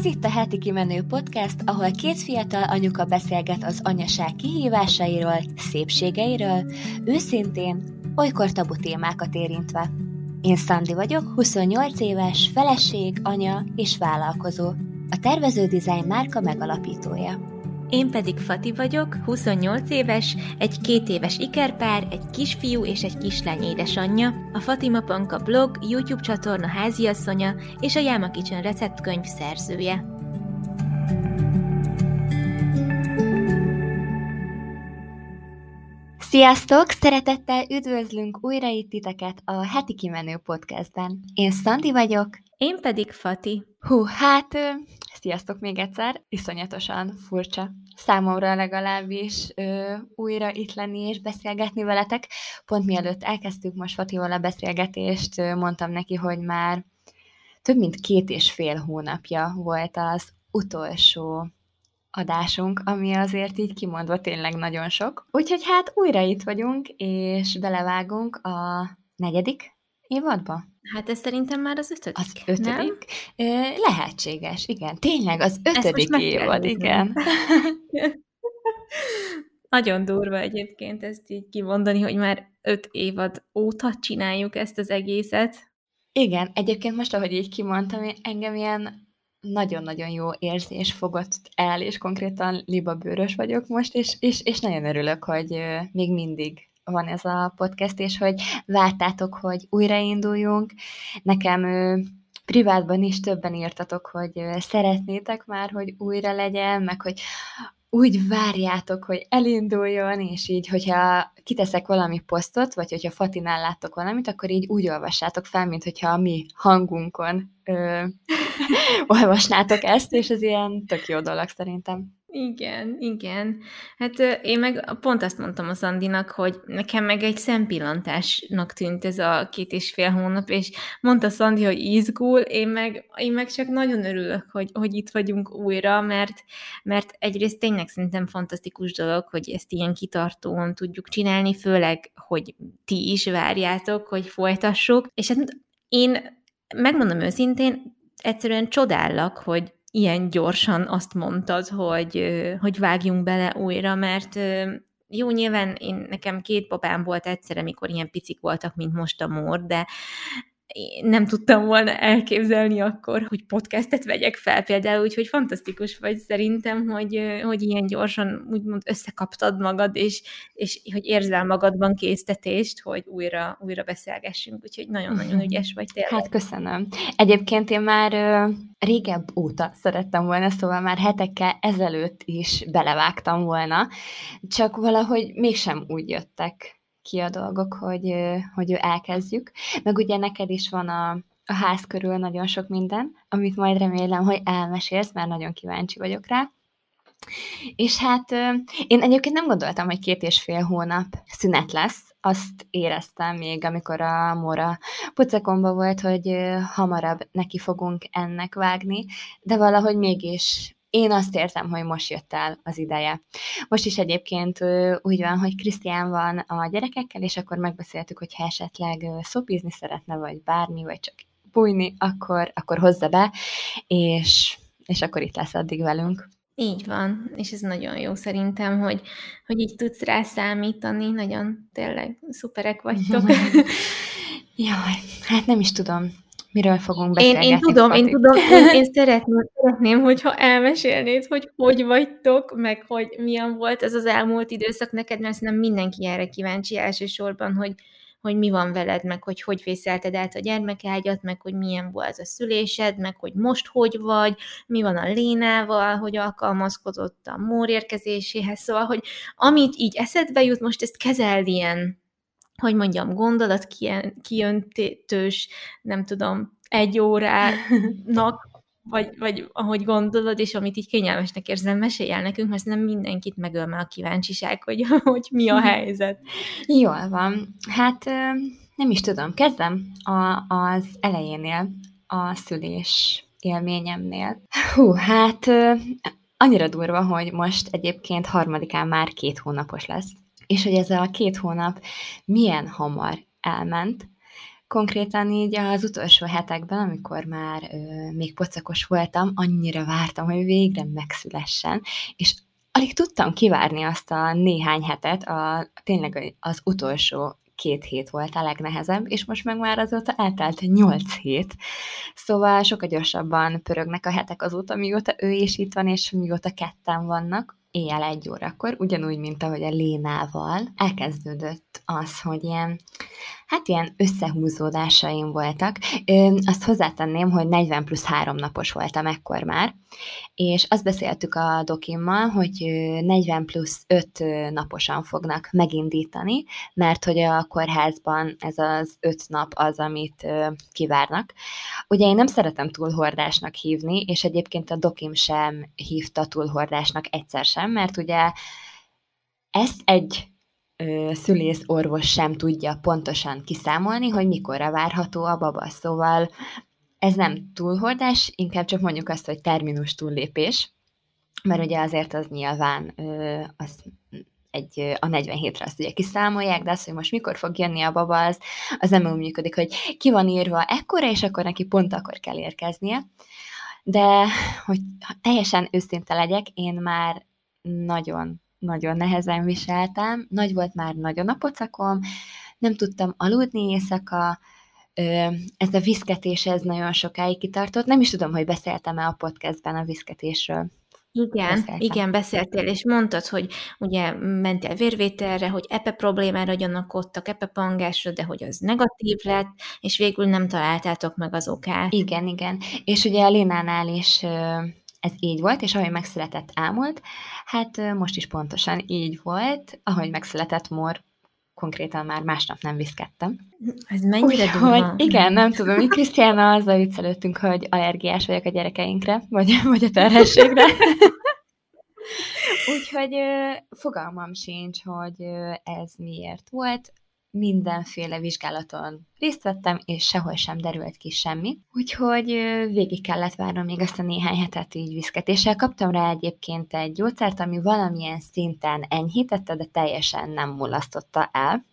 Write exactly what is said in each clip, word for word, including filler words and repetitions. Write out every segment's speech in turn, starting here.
Ez itt a Heti Kimenő Podcast, ahol két fiatal anyuka beszélget az anyaság kihívásairól, szépségeiről, őszintén, olykor tabu témákat érintve. Én Szandi vagyok, huszonnyolc éves, feleség, anya és vállalkozó, a Tervező Design márka megalapítója. Én pedig Fati vagyok, huszonnyolc éves, egy két éves ikerpár, egy kisfiú és egy kislány édesanyja, a Fatima Panka blog, YouTube csatorna háziasszonya és a Yama Kitchen receptkönyv szerzője. Sziasztok! Szeretettel üdvözlünk újra itt titeket a Heti Kimenő Podcastben. Én Szandi vagyok. Én pedig Fati. Hú, hát ö, sziasztok még egyszer, iszonyatosan furcsa. Számomra legalábbis ö, újra itt lenni és beszélgetni veletek. Pont mielőtt elkezdtük most Fatival a beszélgetést, ö, mondtam neki, hogy már több mint két és fél hónapja volt az utolsó adásunk, ami azért így kimondva tényleg nagyon sok. Úgyhogy hát újra itt vagyunk, és belevágunk a negyedik évadba. Hát ez szerintem már az ötödik, Az ötödik? Nem? Lehetséges, igen. Tényleg, az ötödik évad, igen. Nagyon durva egyébként ezt így kimondani, hogy már öt évad óta csináljuk ezt az egészet. Igen, egyébként most, ahogy így kimondtam, engem ilyen nagyon-nagyon jó érzés fogott el, és konkrétan libabőrös vagyok most, és, és, és nagyon örülök, hogy még mindig van ez a podcast, és hogy vártátok, hogy újrainduljunk. Nekem privátban is többen írtatok, hogy szeretnétek már, hogy újra legyen, meg hogy úgy várjátok, hogy elinduljon, és így, hogyha kiteszek valami posztot, vagy hogyha Fatinál láttok valamit, akkor így úgy olvassátok fel, mint hogyha a mi hangunkon ö, olvasnátok ezt, és ez ilyen tök jó dolog szerintem. Igen, igen. Hát én meg pont azt mondtam a Szandinak, hogy nekem meg egy szempillantásnak tűnt ez a két és fél hónap, és mondta Szandi, hogy izgul, én meg, én meg csak nagyon örülök, hogy, hogy itt vagyunk újra, mert, mert egyrészt tényleg szerintem fantasztikus dolog, hogy ezt ilyen kitartóan tudjuk csinálni, főleg, hogy ti is várjátok, hogy folytassuk, és hát én megmondom őszintén, egyszerűen csodállak, hogy ilyen gyorsan azt mondtad, hogy, hogy vágjunk bele újra, mert jó, nyilván én, nekem két babám volt egyszerre, amikor ilyen picik voltak, mint most a Mór, de nem tudtam volna elképzelni akkor, hogy podcastet vegyek fel például, úgyhogy fantasztikus vagy szerintem, hogy, hogy ilyen gyorsan úgymond összekaptad magad, és, és hogy érzel magadban késztetést, hogy újra, újra beszélgessünk, úgyhogy nagyon-nagyon ügyes vagy tényleg. Hát köszönöm. Egyébként én már ö, régebb óta szerettem volna, szóval már hetekkel ezelőtt is belevágtam volna, csak valahogy mégsem úgy jöttek ki a dolgok, hogy, hogy elkezdjük. Meg ugye neked is van a, a ház körül nagyon sok minden, amit majd remélem, hogy elmesélsz, mert nagyon kíváncsi vagyok rá. És hát én egyébként nem gondoltam, hogy két és fél hónap szünet lesz. Azt éreztem még, amikor a Móra pucekomba volt, hogy hamarabb neki fogunk ennek vágni, de valahogy mégis én azt érzem, hogy most jött el az ideje. Most is egyébként úgy van, hogy Krisztián van a gyerekekkel, és akkor megbeszéltük, hogy ha esetleg szopizni szeretne, vagy bármi, vagy csak bújni, akkor, akkor hozza be, és, és akkor itt lesz addig velünk. Így van, és ez nagyon jó szerintem, hogy, hogy így tudsz rá számítani, nagyon tényleg szuperek vagytok. Jaj, hát nem is tudom. Miről fogunk beszélgetni? Én, én tudom, Fatik? én tudom, én, én szeretném, szeretném, hogyha elmesélnéd, hogy hogy vagytok, meg hogy milyen volt ez az elmúlt időszak neked, mert szerintem mindenki erre kíváncsi elsősorban, hogy, hogy mi van veled, meg hogy hogy vészelted át a gyermekágyat, meg hogy milyen volt a szülésed, meg hogy most hogy vagy, mi van a Lénával, hogy alkalmazkodott a Mór érkezéséhez, szóval, hogy amit így eszedbe jut, most ezt kezeld ilyen, hogy mondjam, gondolat kiöntős, nem tudom, egy órának, vagy, vagy ahogy gondolod, és amit így kényelmesnek érzem, mesélj el nekünk, mert nem mindenkit megöl már a kíváncsiság, hogy, hogy mi a helyzet. Jól van. Hát nem is tudom, kezdem a, az elejénél, a szülés élményemnél. Hú, hát annyira durva, hogy most egyébként harmadikán már két hónapos lesz. És hogy ez a két hónap milyen hamar elment. Konkrétan így az utolsó hetekben, amikor már ö, még pocakos voltam, annyira vártam, hogy végre megszülessen, és alig tudtam kivárni azt a néhány hetet, a, tényleg az utolsó két hét volt a legnehezebb, és most meg már azóta eltelt nyolc hét. Szóval sokkal gyorsabban pörögnek a hetek azóta, mióta ő is itt van, és mióta ketten vannak, éjjel egy órakor, ugyanúgy, mint ahogy a Lénával, elkezdődött az, hogy ilyen, hát ilyen összehúzódásaim voltak. Ö, azt hozzátenném, hogy negyven plusz három napos voltam ekkor már, és azt beszéltük a dokimmal, hogy negyven plusz öt naposan fognak megindítani, mert hogy a kórházban ez az öt nap az, amit kivárnak. Ugye én nem szeretem túlhordásnak hívni, és egyébként a dokim sem hívta túlhordásnak egyszer sem, mert ugye ezt egy ö, szülész orvos sem tudja pontosan kiszámolni, hogy mikorra várható a baba. Szóval ez nem túlhordás, inkább csak mondjuk azt, hogy terminus túllépés, mert ugye azért az nyilván ö, az egy, a negyven hétre azt ugye kiszámolják, de az, hogy most mikor fog jönni a baba, az, az nem úgy működik, hogy ki van írva ekkora, és akkor neki pont akkor kell érkeznie. De, hogy teljesen őszinte legyek, én már nagyon, nagyon nehezen viseltem, nagy volt már nagyon a pocakom, nem tudtam aludni éjszaka, ez a viszketés, ez nagyon sokáig kitartott. Nem is tudom, hogy beszéltem-e a podcastben a viszketésről. Igen, Beszéltem. igen, beszéltél, és mondtad, hogy ugye mentél vérvételre, hogy epe problémára gyanakodtak, epe pangásra, de hogy az negatív lett, és végül nem találtátok meg az okát. Igen, igen. És ugye a Lénánál is ez így volt, és ahogy megszületett Ámolt, hát most is pontosan így volt, ahogy megszületett Mór, konkrétan már másnap nem viszkettem. Ez mennyire Úgyhogy durva. igen, nem tudom, mi Krisztiána azzal viccelődtünk, hogy allergiás vagyok a gyerekeinkre, vagy, vagy a terhességre. Úgyhogy ö, fogalmam sincs, hogy ö, ez miért volt. Mindenféle vizsgálaton részt vettem, és sehol sem derült ki semmi. Úgyhogy ö, végig kellett várnom még azt a néhány hetet így viszketéssel. Kaptam rá egyébként egy gyógyszert, ami valamilyen szinten enyhítette, de teljesen nem mulasztotta el.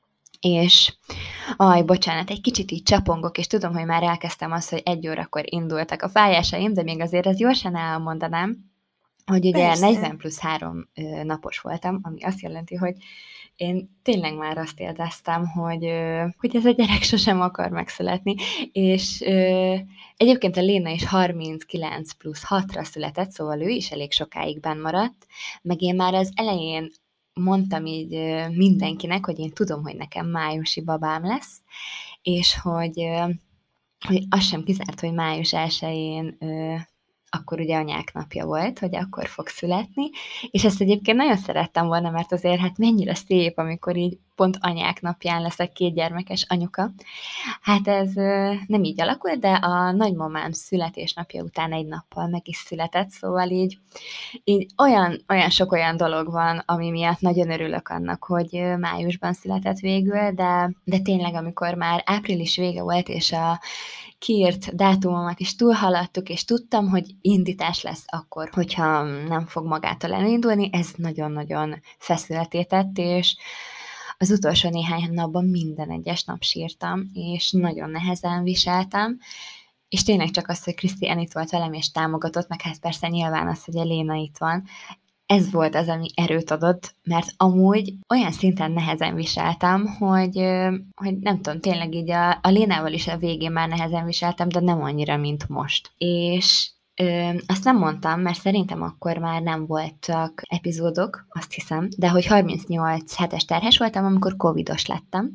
És, aj, bocsánat, egy kicsit így csapongok, és tudom, hogy már elkezdtem azt, hogy egy órakor indultak a fájásaim, de még azért ezt gyorsan elmondanám, hogy ugye Persze. negyven plusz három ö, napos voltam, ami azt jelenti, hogy én tényleg már azt élveztem, hogy, ö, hogy ez a gyerek sosem akar megszületni, és ö, egyébként a Léna is harminckilenc plusz hatra született, szóval ő is elég sokáig benn maradt, meg én már az elején mondtam így ö, mindenkinek, hogy én tudom, hogy nekem májusi babám lesz, és hogy, ö, hogy az sem kizárt, hogy május elsején ö, akkor ugye anyák napja volt, hogy akkor fog születni, és ezt egyébként nagyon szerettem volna, mert azért hát mennyire szép, amikor így pont anyák napján leszek kétgyermekes anyuka. Hát ez nem így alakult, de a nagymamám születésnapja után egy nappal meg is született, szóval így, így olyan, olyan sok olyan dolog van, ami miatt nagyon örülök annak, hogy májusban született végül, de, de tényleg amikor már április vége volt, és a kiírt dátumomat is túlhaladtuk, és tudtam, hogy indítás lesz akkor, hogyha nem fog magától elindulni, ez nagyon-nagyon feszülté tett, és az utolsó néhány napban minden egyes nap sírtam, és nagyon nehezen viseltem, és tényleg csak az, hogy Krisztián itt volt velem, és támogatott, meg hát persze nyilván az, hogy a Léna itt van, ez volt az, ami erőt adott, mert amúgy olyan szinten nehezen viseltem, hogy, hogy nem tudom, tényleg így a, a Lénával is a végén már nehezen viseltem, de nem annyira, mint most. És ö, azt nem mondtam, mert szerintem akkor már nem voltak epizódok, azt hiszem, de hogy harmincnyolc hetes terhes voltam, amikor covidos lettem,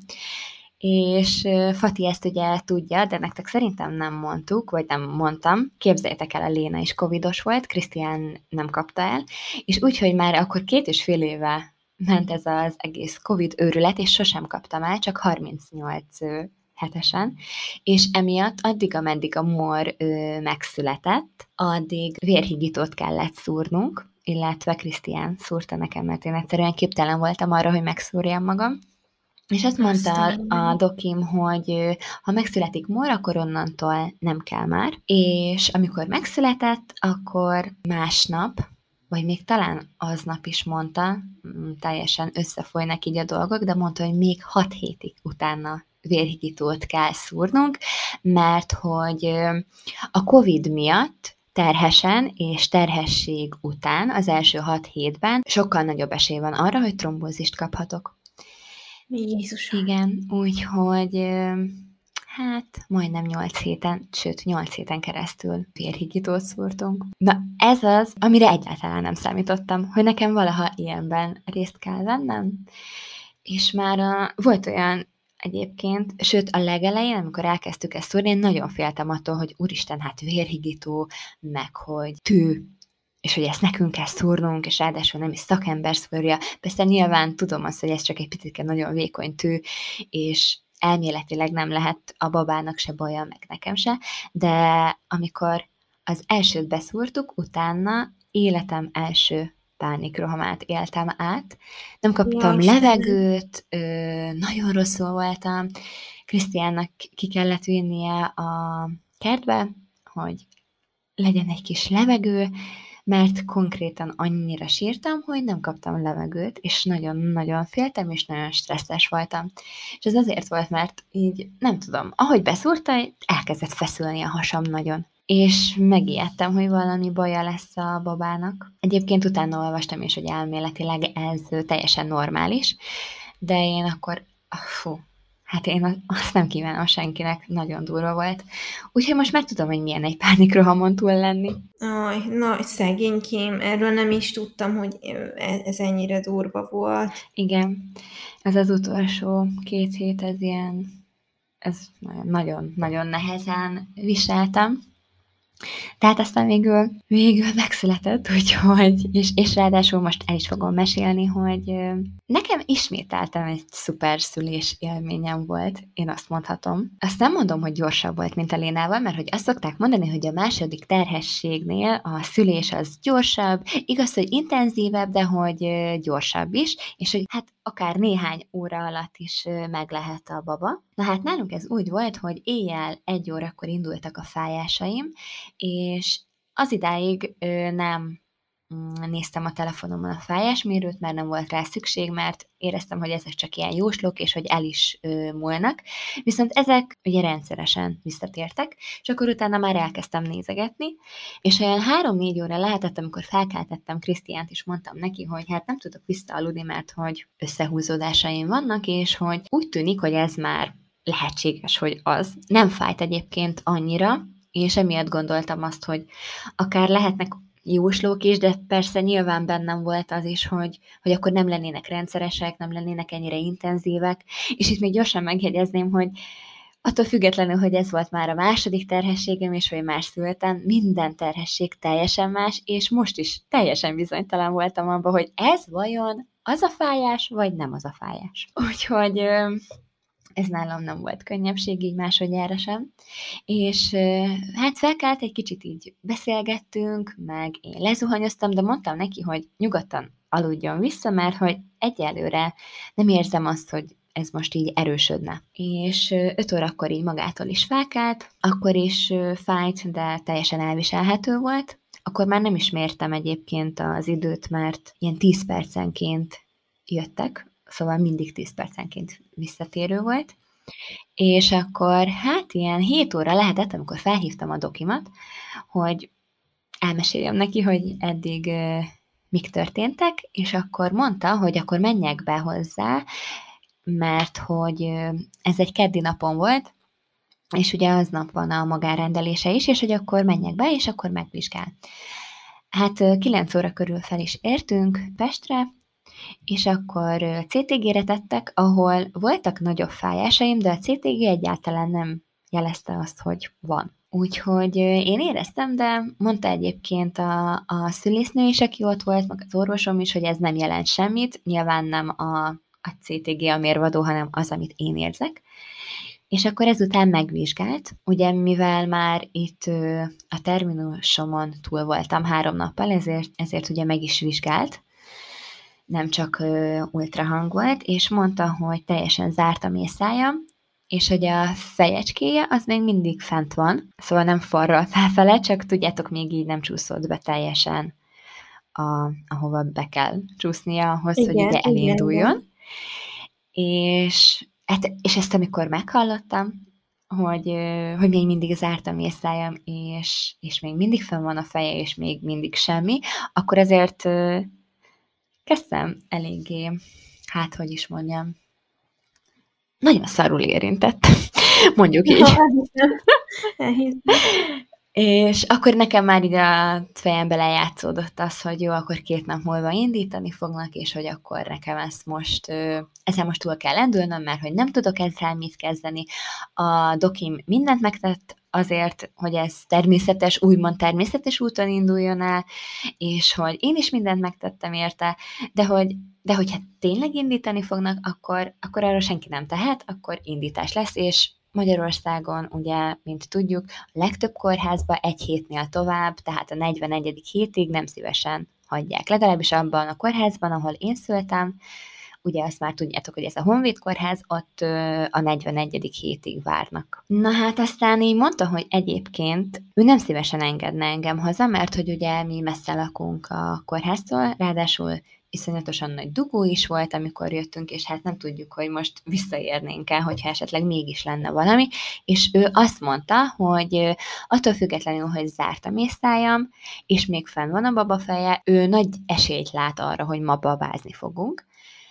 és Fati ezt ugye tudja, de nektek szerintem nem mondtuk, vagy nem mondtam. Képzeljétek el, a Léna is covidos volt, Krisztián nem kapta el, és úgyhogy már akkor két és fél éve ment ez az egész covid őrület, és sosem kaptam el, csak harmincnyolc hetesen, és emiatt addig, ameddig a Mór ö, megszületett, addig vérhigítót kellett szúrnunk, illetve Krisztián szúrta nekem, mert én egyszerűen képtelen voltam arra, hogy megszúrjam magam. És azt mondta a dokim, hogy ha megszületik Mór, akkor onnantól nem kell már. És amikor megszületett, akkor másnap, vagy még talán aznap is mondta, teljesen összefolynak így a dolgok, de mondta, hogy még hat hétig utána vérhigítót kell szúrnunk, mert hogy a Covid miatt terhesen és terhesség után az első hat hétben sokkal nagyobb esély van arra, hogy trombózist kaphatok. Jézusom. Igen, úgyhogy hát majdnem nyolc héten, sőt nyolc héten keresztül vérhigítót szúrtunk. Na ez az, amire egyáltalán nem számítottam, hogy nekem valaha ilyenben részt kell vennem. És már a, volt olyan egyébként, sőt a legelején, amikor elkezdtük ezt szúrni, én nagyon féltem attól, hogy úristen, hát vérhigító, meg hogy tű, és hogy ezt nekünk kell szúrnunk, és ráadásul nem is szakember szúrja. Persze nyilván tudom azt, hogy ez csak egy picit nagyon vékony tű, és elméletileg nem lehet a babának se baja, meg nekem se, de amikor az elsőt beszúrtuk, utána életem első pánikrohamát éltem át. Nem kaptam Jaj, levegőt, ö, nagyon rosszul voltam. Krisztiánnak ki kellett vinnie a kertbe, hogy legyen egy kis levegő, mert konkrétan annyira sírtam, hogy nem kaptam levegőt, és nagyon-nagyon féltem, és nagyon stresszes voltam. És ez azért volt, mert így, nem tudom, ahogy beszúrta, elkezdett feszülni a hasam nagyon. És megijedtem, hogy valami baja lesz a babának. Egyébként utána olvastam is, hogy elméletileg ez teljesen normális, de én akkor, fú, hát én azt nem kívánom senkinek, nagyon durva volt. Úgyhogy most már tudom, hogy milyen egy pánikrohamon túl lenni. Aj, na, szegénykém, erről nem is tudtam, hogy ez ennyire durva volt. Igen, ez az utolsó két hét, ez ilyen, ez nagyon-nagyon nehezen viseltem. Tehát aztán végül, végül megszületett, úgyhogy, és, és ráadásul most el is fogom mesélni, hogy nekem ismételtem egy szuper szülés élményem volt, én azt mondhatom. Azt nem mondom, hogy gyorsabb volt, mint a Lénával, mert hogy azt szokták mondani, hogy a második terhességnél a szülés az gyorsabb, igaz, hogy intenzívebb, de hogy gyorsabb is, és hogy hát akár néhány óra alatt is meg lehet a baba. Na hát nálunk ez úgy volt, hogy éjjel egy órakor indultak a fájásaim, és az idáig ö, nem néztem a telefonomon a fájásmérőt, mert nem volt rá szükség, mert éreztem, hogy ezek csak ilyen jóslók, és hogy el is ö, múlnak. Viszont ezek ugye rendszeresen visszatértek, és akkor utána már elkezdtem nézegetni, és olyan három-négy óra lehetett, amikor felkeltettem Krisztiánt, és mondtam neki, hogy hát nem tudok visszaaludni, mert hogy összehúzódásaim vannak, és hogy úgy tűnik, hogy ez már lehetséges, hogy az. Nem fájt egyébként annyira, és emiatt gondoltam azt, hogy akár lehetnek jóslók is, de persze nyilván bennem volt az is, hogy, hogy akkor nem lennének rendszeresek, nem lennének ennyire intenzívek, és itt még gyorsan megjegyezném, hogy attól függetlenül, hogy ez volt már a második terhességem, és hogy más szültem, minden terhesség teljesen más, és most is teljesen bizonytalan voltam abban, hogy ez vajon az a fájás, vagy nem az a fájás. Úgyhogy ez nálam nem volt könnyebbség, így másodjára sem. És hát felkelt, egy kicsit így beszélgettünk, meg én lezuhanyoztam, de mondtam neki, hogy nyugodtan aludjon vissza, mert hogy egyelőre nem érzem azt, hogy ez most így erősödne. És öt órakor így magától is felkelt, akkor is fájt, de teljesen elviselhető volt. Akkor már nem is mértem egyébként az időt, mert ilyen tíz percenként jöttek, szóval mindig tíz percenként visszatérő volt, és akkor hát ilyen hét óra lehetett, amikor felhívtam a dokimat, hogy elmeséljem neki, hogy eddig uh, mik történtek, és akkor mondta, hogy akkor menjek be hozzá, mert hogy uh, ez egy keddi napon volt, és ugye aznap van a magárendelése is, és hogy akkor menjek be, és akkor megvizsgál. Hát uh, kilenc óra körül fel is értünk Pestre, és akkor cé té gére tettek, ahol voltak nagyobb fájásaim, de a cé té gé egyáltalán nem jelezte azt, hogy van. Úgyhogy én éreztem, de mondta egyébként a, a szülésznő is, aki ott volt, meg az orvosom is, hogy ez nem jelent semmit, nyilván nem a, a cé té gé a mérvadó, hanem az, amit én érzek. És akkor ezután megvizsgált, ugye mivel már itt a terminusomon túl voltam három nappal, ezért, ezért ugye meg is vizsgált, nem csak ö, ultrahang volt, és mondta, hogy teljesen zárt a mészája, és hogy a fejecskéje az még mindig fent van, szóval nem falra felfele, csak tudjátok, még így nem csúszott be teljesen, a, ahova be kell csúsznia ahhoz, igen, hogy ugye elinduljon. Igen. És Hát, és ezt amikor meghallottam, hogy, hogy még mindig zárt a mészájam, és, és még mindig fenn van a feje, és még mindig semmi, akkor azért kezdtem eléggé, hát hogy is mondjam, nagyon szarul érintett, mondjuk így. És akkor nekem már így a fejembe lejátszódott az, hogy jó, akkor két nap múlva indítani fognak, és hogy akkor nekem ezt most, ezzel most túl kell lendülnöm, mert hogy nem tudok ezzel mit kezdeni. A dokim mindent megtett azért, hogy ez természetes, úgymond természetes úton induljon el, és hogy én is mindent megtettem érte, de hogy de hogyha tényleg indítani fognak, akkor, akkor arra senki nem tehet, akkor indítás lesz, és Magyarországon, ugye, mint tudjuk, a legtöbb kórházba egy hétnél tovább, tehát a negyvenegyedik hétig nem szívesen hagyják. Legalábbis abban a kórházban, ahol én szültem, ugye azt már tudjátok, hogy ez a Honvéd kórház, ott a negyvenegyedik hétig várnak. Na hát aztán így mondta, hogy egyébként ő nem szívesen engedne engem haza, mert hogy ugye mi messze lakunk a kórháztól, ráadásul iszonyatosan nagy dugó is volt, amikor jöttünk, és hát nem tudjuk, hogy most visszaérnénk el, hogyha esetleg mégis lenne valami, és ő azt mondta, hogy attól függetlenül, hogy zárt a mészájam, és még fenn van a babafeje, ő nagy esélyt lát arra, hogy ma babázni fogunk.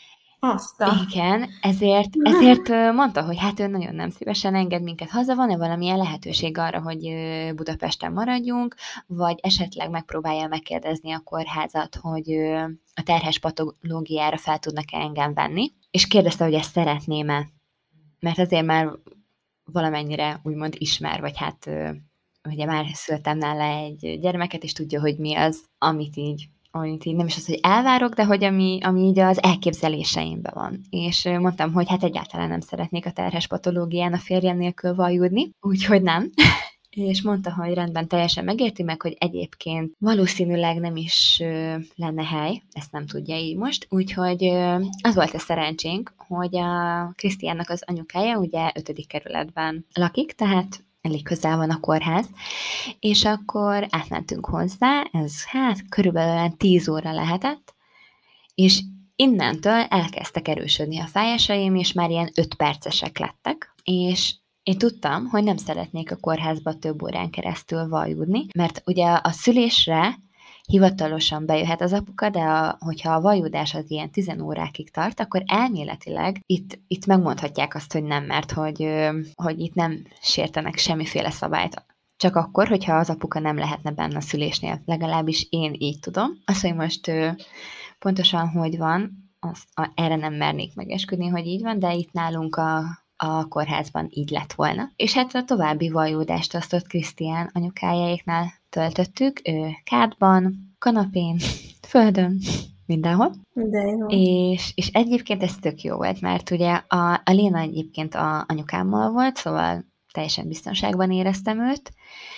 Azt a... Igen, ezért, ezért mondta, hogy hát ő nagyon nem szívesen enged minket haza, van-e valamilyen lehetőség arra, hogy Budapesten maradjunk, vagy esetleg megpróbálja megkérdezni a kórházat, hogy a terhes patológiára fel tudnak-e engem venni, és kérdezte, hogy ezt szeretném-e, mert azért már valamennyire úgymond ismer, vagy hát ugye már szültem nála egy gyermeket, és tudja, hogy mi az, amit így amit így nem is az, hogy elvárok, de hogy ami, ami így az elképzeléseimben van. És mondtam, hogy hát egyáltalán nem szeretnék a terhes patológián a férjem nélkül vajúdni, úgyhogy nem. És mondta, hogy rendben, teljesen megérti meg, hogy egyébként valószínűleg nem is ö, lenne hely, ezt nem tudja így most, úgyhogy ö, az volt a szerencsénk, hogy a Krisztiánnak az anyukája ugye ötödik kerületben lakik, tehát elég közel van a kórház, és akkor átmentünk hozzá, ez hát körülbelül tíz óra lehetett, és innentől elkezdtek erősödni a fájásaim, és már ilyen öt percesek lettek, és én tudtam, hogy nem szeretnék a kórházba több órán keresztül vajúdni, mert ugye a szülésre hivatalosan bejöhet az apuka, de a, hogyha a vajúdás az ilyen tíz órákig tart, akkor elméletileg itt, itt megmondhatják azt, hogy nem, mert hogy, hogy itt nem sértenek semmiféle szabályt. Csak akkor, hogyha az apuka nem lehetne benne a szülésnél. Legalábbis én így tudom. Azt, hogy most pontosan hogy van, azt, a, erre nem mernék megesküdni, hogy így van, de itt nálunk a a kórházban így lett volna. És hát a további vajúdást azt ott Krisztián anyukájáéknál töltöttük, ő kádban, kanapén, földön, mindenhol. De jó. És, és egyébként ez tök jó volt, mert ugye a, a Léna egyébként a anyukámmal volt, szóval teljesen biztonságban éreztem őt,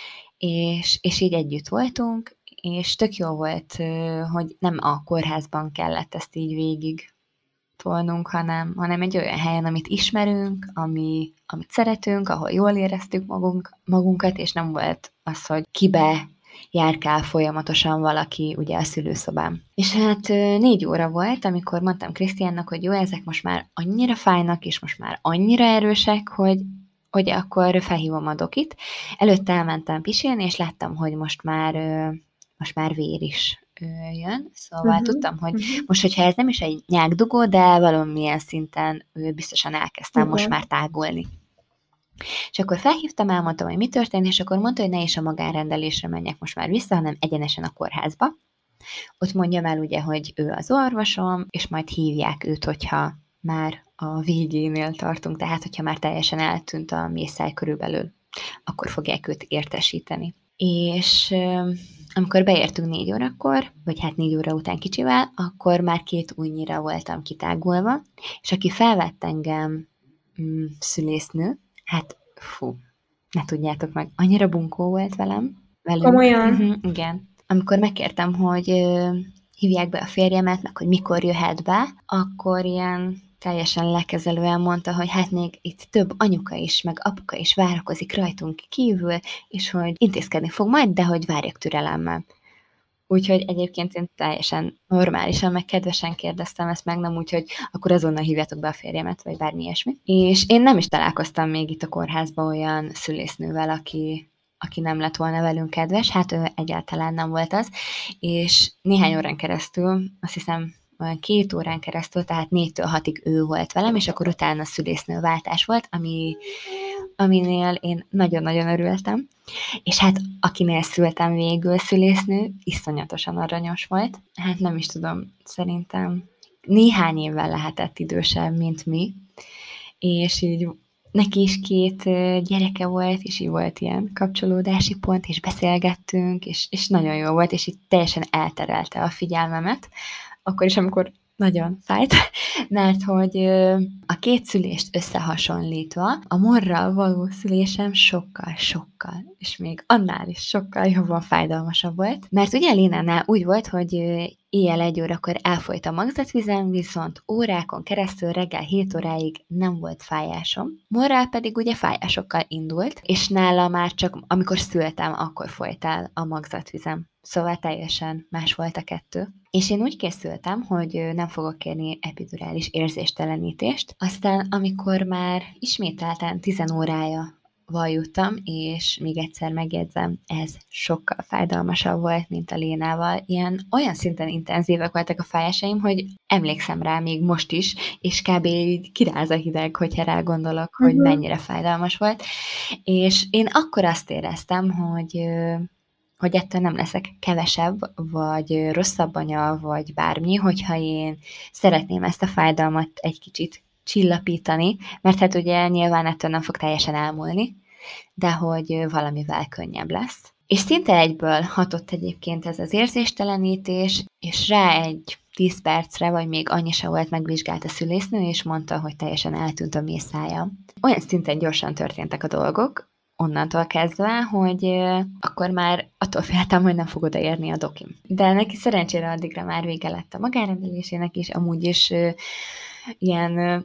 és, és így együtt voltunk, és tök jó volt, hogy nem a kórházban kellett ezt így végig tolnunk, hanem, hanem egy olyan helyen, amit ismerünk, ami, amit szeretünk, ahol jól éreztük magunk, magunkat, és nem volt az, hogy kibe járkál folyamatosan valaki ugye a szülőszobám. És hát négy óra volt, amikor mondtam Krisztiánnak, hogy jó, ezek most már annyira fájnak, és most már annyira erősek, hogy, hogy akkor felhívom a dokit. Előtte elmentem pisilni, és láttam, hogy most már, most már vér is jön, szóval uh-huh. tudtam, hogy uh-huh. most, hogyha ez nem is egy nyákdugó, de valamilyen szinten biztosan elkezdtem uh-huh. most már tágulni. És akkor felhívtam, elmondtam, hogy mi történt, és akkor mondta, hogy ne is a magánrendelésre menjek most már vissza, hanem egyenesen a kórházba. Ott mondjam el ugye, hogy ő az orvosom, és majd hívják őt, hogyha már a végénél tartunk, tehát hogyha már teljesen eltűnt a mészáj körülbelül, akkor fogják őt értesíteni. És amikor beértünk négy órakor, vagy hát négy óra után kicsivel, akkor már két újnyira voltam kitágulva, és aki felvett engem mm, szülésznő, hát fú, ne tudjátok meg, annyira bunkó volt velem. Velünk. Komolyan? Uh-huh, igen. Amikor megkértem, hogy uh, hívják be a férjemet, meg hogy mikor jöhet be, akkor ilyen teljesen lekezelően mondta, hogy hát még itt több anyuka is, meg apuka is várakozik rajtunk kívül, és hogy intézkedni fog majd, de hogy várjak türelemmel. Úgyhogy egyébként én teljesen normálisan, meg kedvesen kérdeztem ezt meg, nem úgy, hogy akkor azonnal hívjátok be a férjemet, vagy bármi ilyesmi. És én nem is találkoztam még itt a kórházban olyan szülésznővel, aki, aki nem lett volna velünk kedves, hát ő egyáltalán nem volt az, és néhány órán keresztül, azt hiszem olyan két órán keresztül, tehát négytől hatig ő volt velem, és akkor utána szülésznőváltás volt, ami, aminél én nagyon-nagyon örültem. És hát akinél szültem végül szülésznő, iszonyatosan aranyos volt. Hát nem is tudom, szerintem néhány évvel lehetett idősebb, mint mi, és így neki is két gyereke volt, és így volt ilyen kapcsolódási pont, és beszélgettünk, és, és nagyon jó volt, és így teljesen elterelte a figyelmemet, akkor is, amikor nagyon fájt, mert hogy a két szülést összehasonlítva a morral való szülésem sokkal, sokkal, és még annál is sokkal jobban fájdalmasabb volt, mert ugye Lénánál úgy volt, hogy éjjel egy órakor elfolyt a magzatvizem, viszont órákon keresztül reggel hét óráig nem volt fájásom. Morral pedig ugye fájásokkal indult, és nála már csak amikor szültem, akkor folyt el a magzatvizem. Szóval teljesen más volt a kettő. És én úgy készültem, hogy nem fogok kérni epidurális érzéstelenítést. Aztán, amikor már ismételten tizen órája valljutam, és még egyszer megjegyzem, ez sokkal fájdalmasabb volt, mint a Lénával. Ilyen olyan szinten intenzívek voltak a fájásaim, hogy emlékszem rá még most is, és kb. Így kiráz a hideg, hogyha rá gondolok, uh-huh. hogy mennyire fájdalmas volt. És én akkor azt éreztem, hogy hogy ettől nem leszek kevesebb, vagy rosszabb anya, vagy bármi, hogyha én szeretném ezt a fájdalmat egy kicsit csillapítani, mert hát ugye nyilván ettől nem fog teljesen elmúlni, de hogy valamivel könnyebb lesz. És szinte egyből hatott egyébként ez az érzéstelenítés, és rá egy tíz percre, vagy még annyi se volt, megvizsgált a szülésznő, és mondta, hogy teljesen eltűnt a mészája. Olyan szinten gyorsan történtek a dolgok, onnantól kezdve, hogy akkor már attól féltem, hogy nem fog odaérni a dokim. De neki szerencsére addigra már vége lett a magárendelésének is, amúgy is ö, ilyen ö,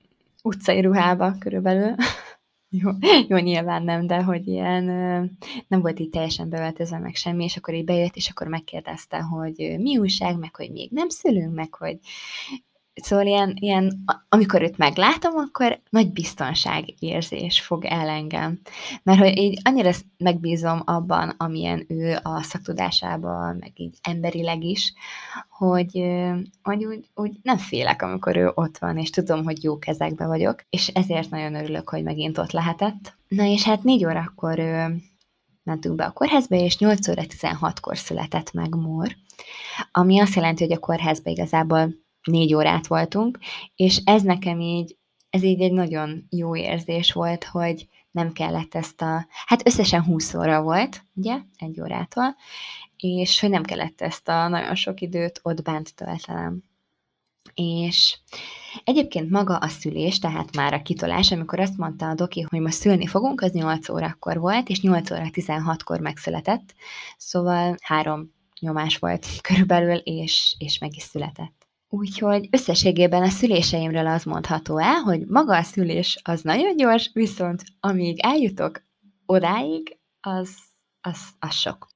utcai ruhába körülbelül. jó, jó, nyilván nem, de hogy ilyen ö, nem volt így teljesen beöltözve meg semmi, és akkor így bejött, és akkor megkérdezte, hogy ö, mi újság, meg hogy még nem szülünk, meg hogy Szóval ilyen, ilyen, amikor őt meglátom, akkor nagy biztonságérzés fog el engem. Mert hogy így annyira megbízom abban, amilyen ő a szaktudásában, meg így emberileg is, hogy, hogy úgy, úgy nem félek, amikor ő ott van, és tudom, hogy jó kezekbe vagyok, és ezért nagyon örülök, hogy megint ott lehetett. Na és hát négy órakor mentünk be a kórházba, és nyolc óra tizenhatkor született meg Mór, ami azt jelenti, hogy a kórházba igazából négy órát voltunk, és ez nekem így, ez így egy nagyon jó érzés volt, hogy nem kellett ezt a, hát összesen húsz óra volt, ugye, egy órától, és hogy nem kellett ezt a nagyon sok időt ott bent töltenem. És egyébként maga a szülés, tehát már a kitolás, amikor azt mondta a doki, hogy most szülni fogunk, az nyolc órakor volt, és nyolc óra tizenhatkor megszületett, szóval három nyomás volt körülbelül, és, és meg is született. Úgyhogy összességében a szüléseimről az mondható el, hogy maga a szülés az nagyon gyors, viszont amíg eljutok odáig, az, az, az sok.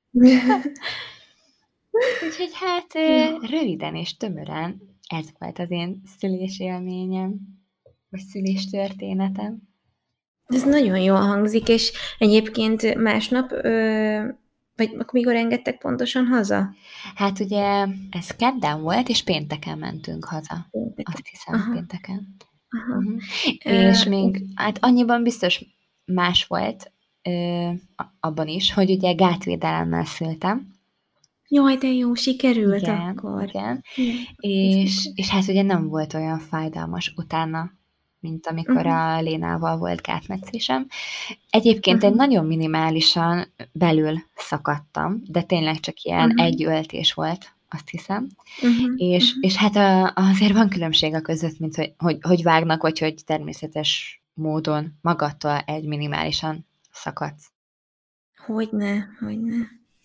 Úgyhogy hát röviden és tömören ez volt az én szülésélményem, vagy szüléstörténetem. Ez nagyon jól hangzik, és egyébként másnap... Ö- Vagy mikor engedtek pontosan haza? Hát ugye ez kedden volt, és pénteken mentünk haza. Pénteken. Azt hiszem, Aha. pénteken. Aha. Uh-huh. Uh, és még, hát annyiban biztos más volt ö, abban is, hogy ugye gátvédelemmel szültem. Jaj, de jó, sikerült igen, akkor. Igen, igen. És, és hát ugye nem volt olyan fájdalmas utána, mint amikor uh-huh. a Lénával volt gátmetszésem. Egyébként uh-huh. egy nagyon minimálisan belül szakadtam, de tényleg csak ilyen uh-huh. egy öltés volt, azt hiszem. Uh-huh. És, uh-huh. és hát a, azért van különbség a között, mint hogy, hogy, hogy vágnak, vagy hogy természetes módon magadtól egy minimálisan szakadsz. Hogyne, hogyne.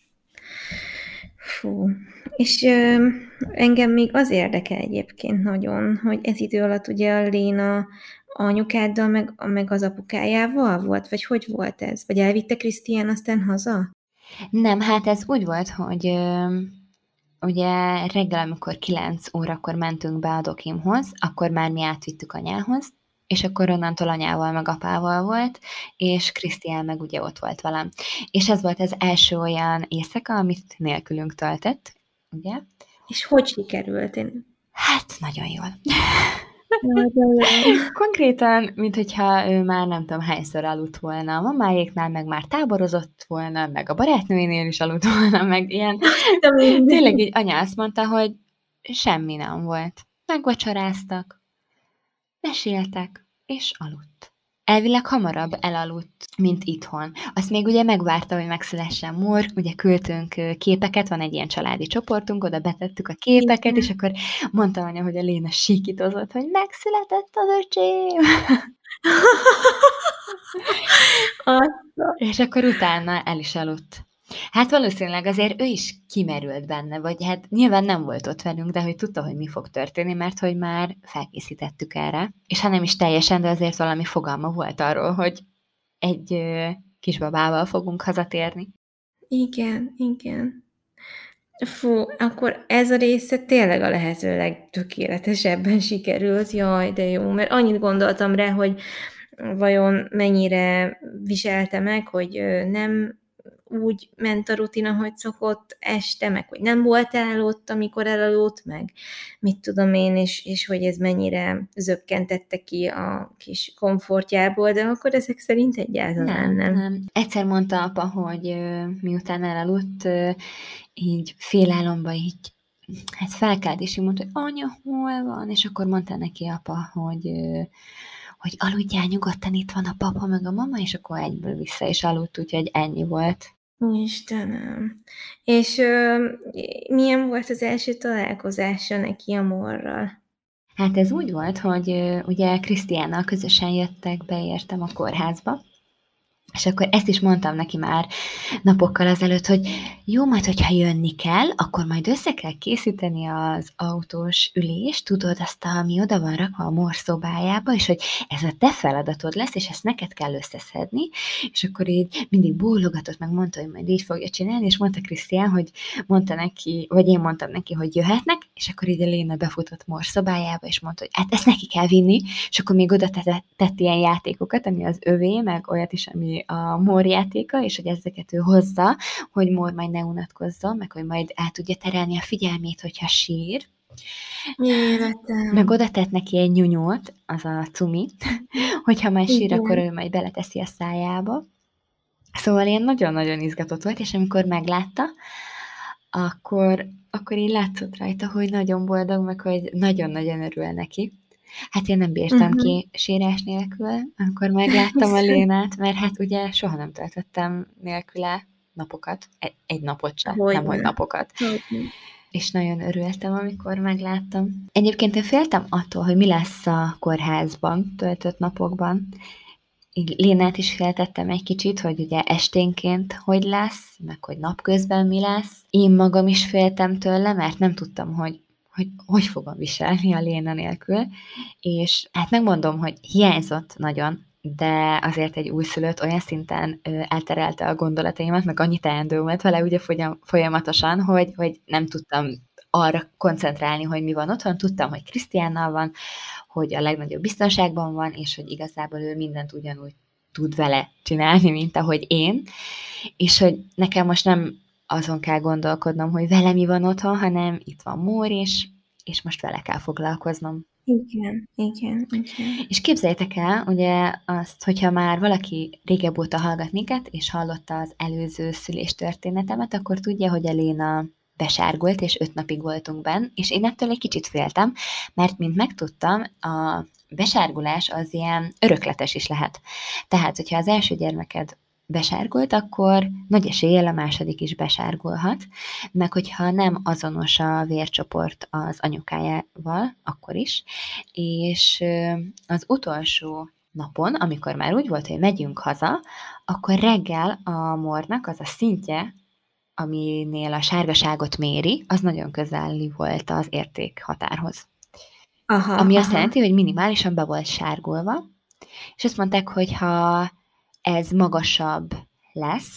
Fú. És ö, engem még az érdekel egyébként nagyon, hogy ez idő alatt ugye a Léna anyukáddal, meg, meg az apukájával volt? Vagy hogy volt ez? Vagy elvitte Krisztián aztán haza? Nem, hát ez úgy volt, hogy ö, ugye reggel, amikor kilenc órakor mentünk be a dokimhoz, akkor már mi átvittük anyához, és akkor onnantól anyával meg apával volt, és Krisztián meg ugye ott volt velem. És ez volt az első olyan éjszaka, amit nélkülünk töltött, ugye? És hogy sikerült? Én... Hát, nagyon jól. Nagyon jól. Konkrétan, mint hogyha ő már nem tudom hányszor aludt volna a mamáéknál, meg már táborozott volna, meg a barátnőinél is aludt volna, meg ilyen. Tényleg így anya azt mondta, hogy semmi nem volt. Megvacsoráztak, meséltek, és aludt. Elvileg hamarabb elaludt, mint itthon. Azt még ugye megvárta, hogy megszülessen Mór, ugye küldtünk képeket, van egy ilyen családi csoportunk, oda betettük a képeket, igen. És akkor mondta anya, hogy a Léna síkítozott, hogy megszületett az öcsém. És akkor utána el is aludt. Hát valószínűleg azért ő is kimerült benne, vagy hát nyilván nem volt ott velünk, de hogy tudta, hogy mi fog történni, mert hogy már felkészítettük erre. És ha nem is teljesen, de azért valami fogalma volt arról, hogy egy ö, kisbabával fogunk hazatérni. Igen, igen. Fú, akkor ez a része tényleg a lehető legtökéletesebben sikerült. Jaj, de jó, mert annyit gondoltam rá, hogy vajon mennyire viselte meg, hogy nem úgy ment a rutin, ahogy szokott este, meg hogy nem voltál ott, amikor elaludt, meg mit tudom én, és, és hogy ez mennyire zökkentette ki a kis komfortjából, de akkor ezek szerint egyáltalán nem. Nem, nem. Egyszer mondta apa, hogy ö, miután elaludt, ö, így félálomba így hát felkelt, és így mondta, hogy anya, hol van? És akkor mondta neki apa, hogy ö, hogy aludjál nyugodtan, itt van a papa, meg a mama, és akkor egyből vissza is aludt, úgyhogy ennyi volt. Istenem. És ö, milyen volt az első találkozása neki a Morral? Hát ez úgy volt, hogy ö, ugye Krisztiánnal közösen jöttek, beértem a kórházba, és akkor ezt is mondtam neki már napokkal azelőtt, hogy jó, majd, hogyha jönni kell, akkor majd össze kell készíteni az autós ülést, tudod, azt, ami oda van rakva a Mór szobájába, és hogy ez a te feladatod lesz, és ezt neked kell összeszedni, és akkor így mindig bólogatott, meg mondta, hogy majd így fogja csinálni, és mondta Krisztián, hogy mondta neki, vagy én mondtam neki, hogy jöhetnek, és akkor így a Léna befutott Mór szobájába, és mondta, hogy hát ezt neki kell vinni, és akkor még oda tett, tett ilyen játékokat, ami az övé, meg olyat is, ami a Mór játéka, és hogy ezeket ő hozza, hogy Mór majd ne unatkozzon, meg hogy majd el tudja terelni a figyelmét, hogyha sír. Életem. Meg oda tett neki egy nyunyót, az a cumi, hogyha majd sír, igen. Akkor ő majd beleteszi a szájába. Szóval ilyen nagyon-nagyon izgatott volt, és amikor meglátta, akkor, akkor így látszott rajta, hogy nagyon boldog, meg hogy nagyon-nagyon örül neki. Hát én nem bírtam uh-huh. ki sírás nélkül, amikor megláttam a Lénát, mert hát ugye soha nem töltöttem nélküle napokat, egy, egy napot sem, hogy nem, hogy napokat. Hogy. És nagyon örültem, amikor megláttam. Egyébként én féltem attól, hogy mi lesz a kórházban töltött napokban. Lénát is féltettem egy kicsit, hogy ugye esténként hogy lesz, meg hogy napközben mi lesz. Én magam is féltem tőle, mert nem tudtam, hogy hogy hogy fogom viselni a Léna nélkül, és hát megmondom, hogy hiányzott nagyon, de azért egy újszülött olyan szinten ö, elterelte a gondolataimat, meg annyi teendő volt vele ugye folyamatosan, hogy, hogy nem tudtam arra koncentrálni, hogy mi van otthon, tudtam, hogy Krisztiánnal van, hogy a legnagyobb biztonságban van, és hogy igazából ő mindent ugyanúgy tud vele csinálni, mint ahogy én, és hogy nekem most nem azon kell gondolkodnom, hogy vele mi van otthon, hanem itt van Mór is, és most vele kell foglalkoznom. Igen, igen, igen. És képzeljétek el, ugye azt, hogyha már valaki régebb óta hallgat minket, és hallotta az előző szüléstörténetemet, akkor tudja, hogy a Léna besárgult, és öt napig voltunk benn, és én ettől egy kicsit féltem, mert mint megtudtam, a besárgulás az ilyen örökletes is lehet. Tehát, hogyha az első gyermeked besárgult, akkor nagy eséllyel a második is besárgulhat, meg hogyha nem azonos a vércsoport az anyukájával, akkor is, és az utolsó napon, amikor már úgy volt, hogy megyünk haza, akkor reggel a Mórnak az a szintje, aminél a sárgaságot méri, az nagyon közeli volt az értékhatárhoz. Aha, ami aha. azt jelenti, hogy minimálisan be volt sárgulva, és azt mondták, hogy ha ez magasabb lesz,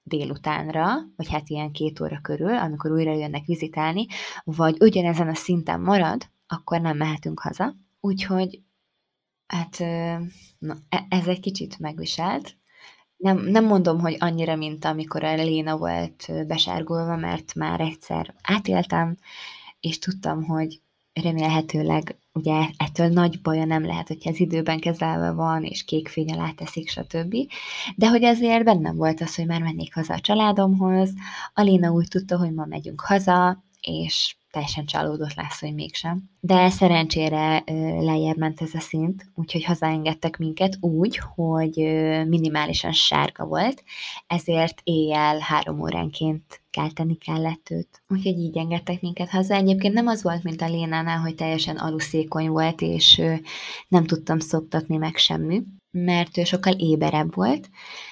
délutánra, vagy hát ilyen két óra körül, amikor újra jönnek vizitálni, vagy ugyanezen a szinten marad, akkor nem mehetünk haza. Úgyhogy hát na, ez egy kicsit megviselt. Nem, nem mondom, hogy annyira, mint amikor a Léna volt besárgolva, mert már egyszer átéltem, és tudtam, hogy remélhetőleg ugye ettől nagy baja nem lehet, hogyha ez időben kezelve van, és kék fény alá teszik, stb. De hogy azért bennem volt az, hogy már mennék haza a családomhoz. A Léna úgy tudta, hogy ma megyünk haza, és teljesen csalódott lesz, hogy mégsem. De szerencsére lejjebb ment ez a szint, úgyhogy hazaengedtek minket úgy, hogy minimálisan sárga volt, ezért éjjel három óránként kelteni kellett őt. Úgyhogy így engedtek minket haza. Egyébként nem az volt, mint a Lénánál, hogy teljesen aluszékony volt, és nem tudtam szoptatni meg semmi, mert ő sokkal éberebb volt,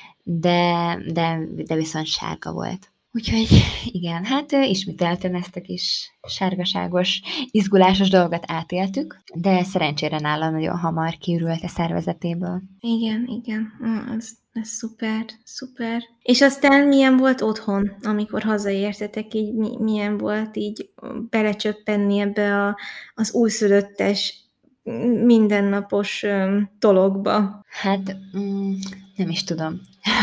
de, de, de viszont sárga volt. Úgyhogy igen, hát ismételten ezt a kis sárgaságos, izgulásos dolgot átéltük, de szerencsére nála nagyon hamar kiürült a szervezetéből. Igen, igen, ez, ez szuper, szuper. És aztán milyen volt otthon, amikor hazaértetek, így mi, milyen volt így belecsöppenni ebbe a, az újszülöttes mindennapos um, dologba? Hát mm, nem is tudom.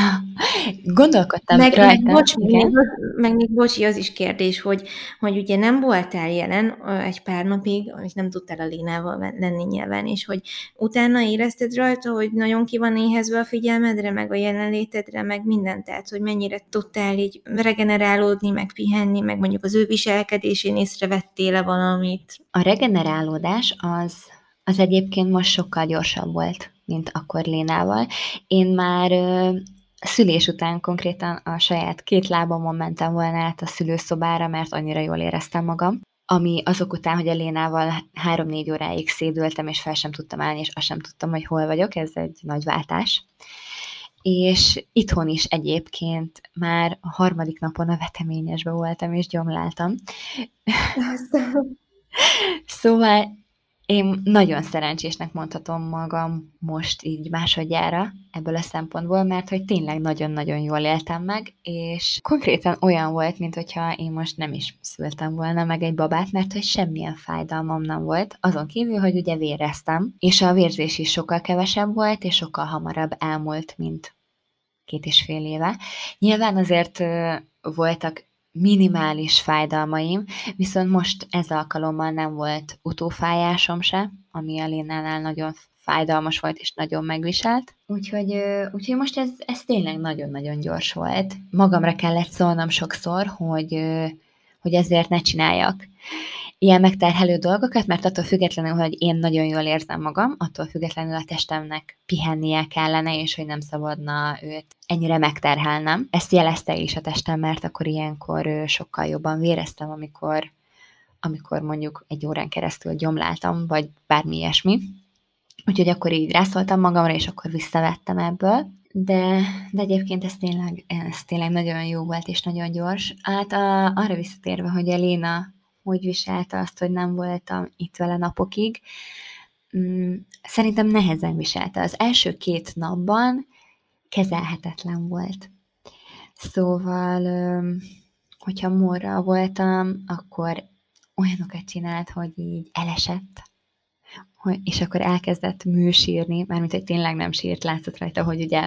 Gondolkodtam meg, rajta. Meg, bocs, meg, meg még bocsi, az is kérdés, hogy, hogy ugye nem voltál jelen egy pár napig, és nem tudtál a Lénával lenni nyilván, és hogy utána érezted rajta, hogy nagyon ki van éhezve a figyelmedre, meg a jelenlétedre, meg mindent, tehát hogy mennyire tudtál így regenerálódni, meg pihenni, meg mondjuk az ő viselkedésén észrevettél-e valamit? A regenerálódás az, az egyébként most sokkal gyorsabb volt, mint akkor Lénával. Én már a szülés után konkrétan a saját két lábamon mentem volna át a szülőszobára, mert annyira jól éreztem magam. Ami azok után, hogy a Lénával három-négy óráig szédültem, és fel sem tudtam állni, és azt sem tudtam, hogy hol vagyok, ez egy nagy váltás. És itthon is egyébként már a harmadik napon a veteményesbe voltam, és gyomláltam. Szóval én nagyon szerencsésnek mondhatom magam most így másodjára ebből a szempontból, mert hogy tényleg nagyon-nagyon jól éltem meg, és konkrétan olyan volt, mint hogyha én most nem is szültem volna meg egy babát, mert hogy semmilyen fájdalmam nem volt, azon kívül, hogy ugye véreztem, és a vérzés is sokkal kevesebb volt, és sokkal hamarabb elmúlt, mint két és fél éve. Nyilván azért ö, voltak minimális fájdalmaim, viszont most ez alkalommal nem volt utófájásom se, ami a Lénánál nagyon fájdalmas volt és nagyon megviselt. Úgyhogy, úgyhogy most ez, ez tényleg nagyon-nagyon gyors volt. Magamra kellett szólnom sokszor, hogy, hogy ezért ne csináljak ilyen megterhelő dolgokat, mert attól függetlenül, hogy én nagyon jól érzem magam, attól függetlenül a testemnek pihennie kellene, és hogy nem szabadna őt ennyire megterhelnem. Ezt jelezte is a testem, mert akkor ilyenkor sokkal jobban véreztem, amikor, amikor mondjuk egy órán keresztül gyomláltam, vagy bármi ilyesmi. Úgyhogy akkor így rászóltam magamra, és akkor visszavettem ebből. De, de egyébként ez tényleg, ez tényleg nagyon jó volt, és nagyon gyors. Hát a, arra visszatérve, hogy a Léna hogy viselte azt, hogy nem voltam itt vele napokig. Szerintem nehezen viselte. Az első két napban kezelhetetlen volt. Szóval, hogyha morra voltam, akkor olyanokat csinált, hogy így elesett, és akkor elkezdett műsírni, mármint, hogy tényleg nem sírt, látszott rajta, hogy ugye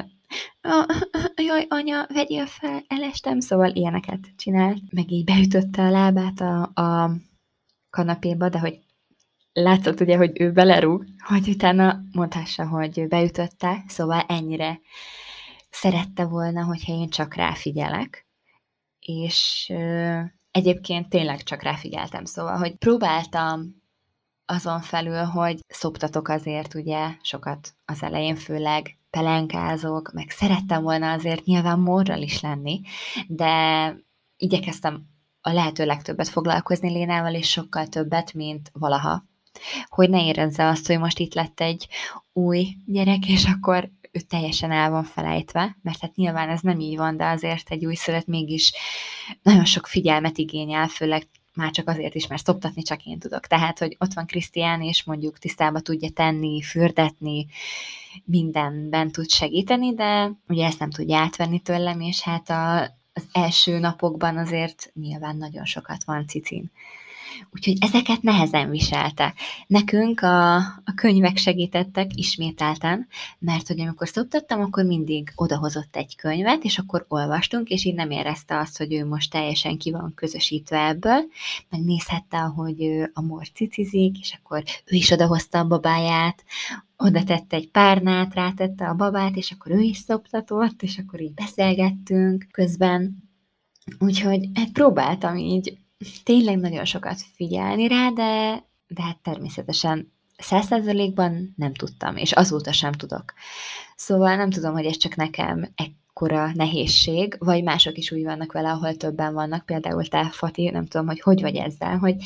jaj, anya, vegyél fel, elestem, szóval ilyeneket csinált, meg így beütötte a lábát a, a kanapéba, de hogy látszott ugye, hogy ő belerúg, hogy utána mondhassa, hogy beütötte, szóval ennyire szerette volna, hogyha én csak ráfigyelek, és ö, egyébként tényleg csak ráfigyeltem, szóval, hogy próbáltam azon felül, hogy szoptatok azért ugye sokat az elején, főleg pelenkázok, meg szerettem volna azért nyilván morral is lenni, de igyekeztem a lehető legtöbbet foglalkozni Lénával, és sokkal többet, mint valaha. Hogy ne érezze azt, hogy most itt lett egy új gyerek, és akkor ő teljesen el van felejtve, mert hát nyilván ez nem így van, de azért egy újszülött mégis nagyon sok figyelmet igényel, főleg már csak azért is, mert szoptatni csak én tudok. Tehát, hogy ott van Krisztián, és mondjuk tisztába tudja tenni, fürdetni, mindenben tud segíteni, de ugye ezt nem tudja átvenni tőlem, és hát a az első napokban azért nyilván nagyon sokat van cicin. Úgyhogy ezeket nehezen viselte. Nekünk a, a könyvek segítettek ismételten, mert hogy amikor szoptattam, akkor mindig odahozott egy könyvet, és akkor olvastunk, és így nem érezte azt, hogy ő most teljesen ki van közösítve ebből, megnézhette, ahogy a Mor cicizik, és akkor ő is odahozta a babáját, oda tette egy párnát, rátette a babát, és akkor ő is szoptatott, és akkor így beszélgettünk közben. Úgyhogy hát próbáltam így tényleg nagyon sokat figyelni rá, de, de hát természetesen száz százalékban nem tudtam, és azóta sem tudok. Szóval nem tudom, hogy ez csak nekem ekkora nehézség, vagy mások is úgy vannak vele, ahol többen vannak, például te, Fati, nem tudom, hogy hogy vagy ezzel, hogy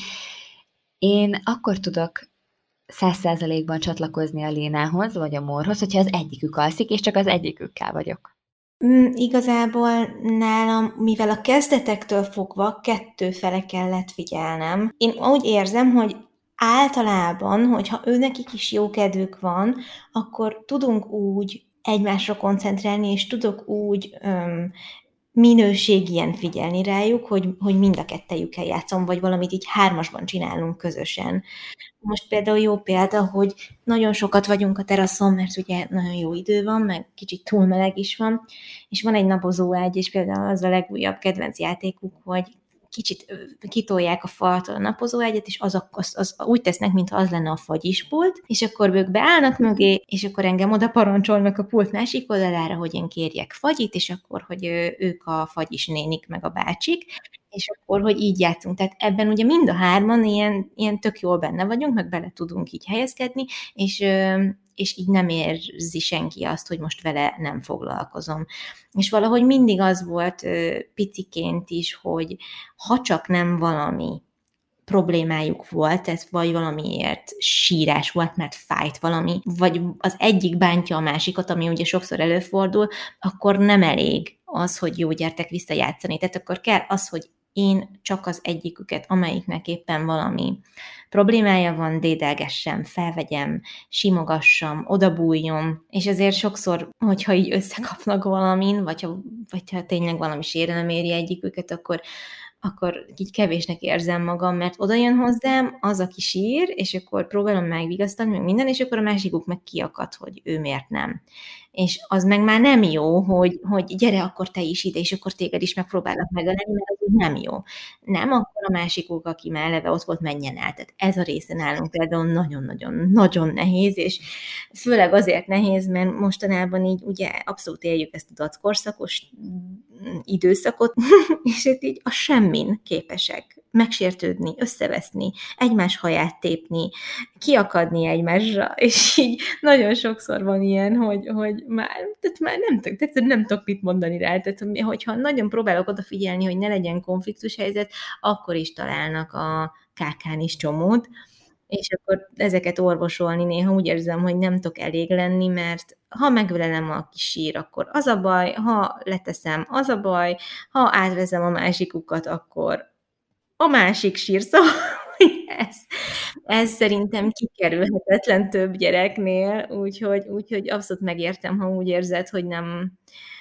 én akkor tudok száz százalékban csatlakozni a Lénához, vagy a Morhoz, hogyha az egyikük alszik, és csak az egyikükkel vagyok. Mm, igazából nálam, mivel a kezdetektől fogva kettő fele kellett figyelnem, én úgy érzem, hogy általában, hogyha őnekik is jó kedvük van, akkor tudunk úgy egymásra koncentrálni, és tudok úgy öm, minőségien figyelni rájuk, hogy, hogy mind a kettejükkel játszom, vagy valamit így hármasban csinálunk közösen. Most például jó példa, hogy nagyon sokat vagyunk a teraszon, mert ugye nagyon jó idő van, meg kicsit túl meleg is van, és van egy napozóágy, és például az a legújabb kedvenc játékuk, hogy kicsit kitolják a faltól a napozóágyat, és az, az, az úgy tesznek, mintha az lenne a fagyispult, és akkor ők beállnak mögé, és akkor engem oda parancsolnak a pult másik oldalára, hogy én kérjek fagyit, és akkor, hogy ők a fagyis nénik, meg a bácsik, és akkor, hogy így játszunk. Tehát ebben ugye mind a hárman ilyen, ilyen tök jól benne vagyunk, meg bele tudunk így helyezkedni, és, és így nem érzi senki azt, hogy most vele nem foglalkozom. És valahogy mindig az volt piciként is, hogy ha csak nem valami problémájuk volt, ez vagy valamiért sírás volt, mert fájt valami, vagy az egyik bántja a másikat, ami ugye sokszor előfordul, akkor nem elég az, hogy jó, gyertek visszajátszani. Tehát akkor kell az, hogy én csak az egyiküket, amelyiknek éppen valami problémája van, dédelgessem, felvegyem, simogassam, odabújjam, és azért sokszor, hogyha így összekapnak valamin, vagy ha, vagy ha tényleg valami sérelem éri egyiküket, akkor akkor így kevésnek érzem magam, mert oda jön hozzám az, aki sír, és akkor próbálom megvigasztani, meg minden, és akkor a másikuk meg kiakad, hogy ő miért nem. És az meg már nem jó, hogy, hogy gyere, akkor te is ide, és akkor téged is megpróbálok megelni, mert az úgy nem jó. Nem, akkor a másikuk, aki már eleve ott volt, menjen el. Tehát ez a része nálunk például nagyon-nagyon-nagyon nehéz, és főleg azért nehéz, mert mostanában így ugye abszolút éljük ezt a dackorszakos időszakot, és itt így a semmin képesek megsértődni, összeveszni, egymás haját tépni, kiakadni egymásra, és így nagyon sokszor van ilyen, hogy, hogy már, tehát már nem, tehát nem tudok mit mondani rá, tehát hogyha nagyon próbálok odafigyelni, hogy ne legyen konfliktus helyzet, akkor is találnak a kákán is csomót, és akkor ezeket orvosolni néha úgy érzem, hogy nem tudok elég lenni, mert ha megvelelem a kis sír, akkor az a baj, ha leteszem, az a baj, ha átvezem a másikukat, akkor a másik sír, szóval ez, ez szerintem kikerülhetetlen több gyereknél, úgyhogy, úgyhogy abszolút megértem, ha úgy érzed, hogy nem,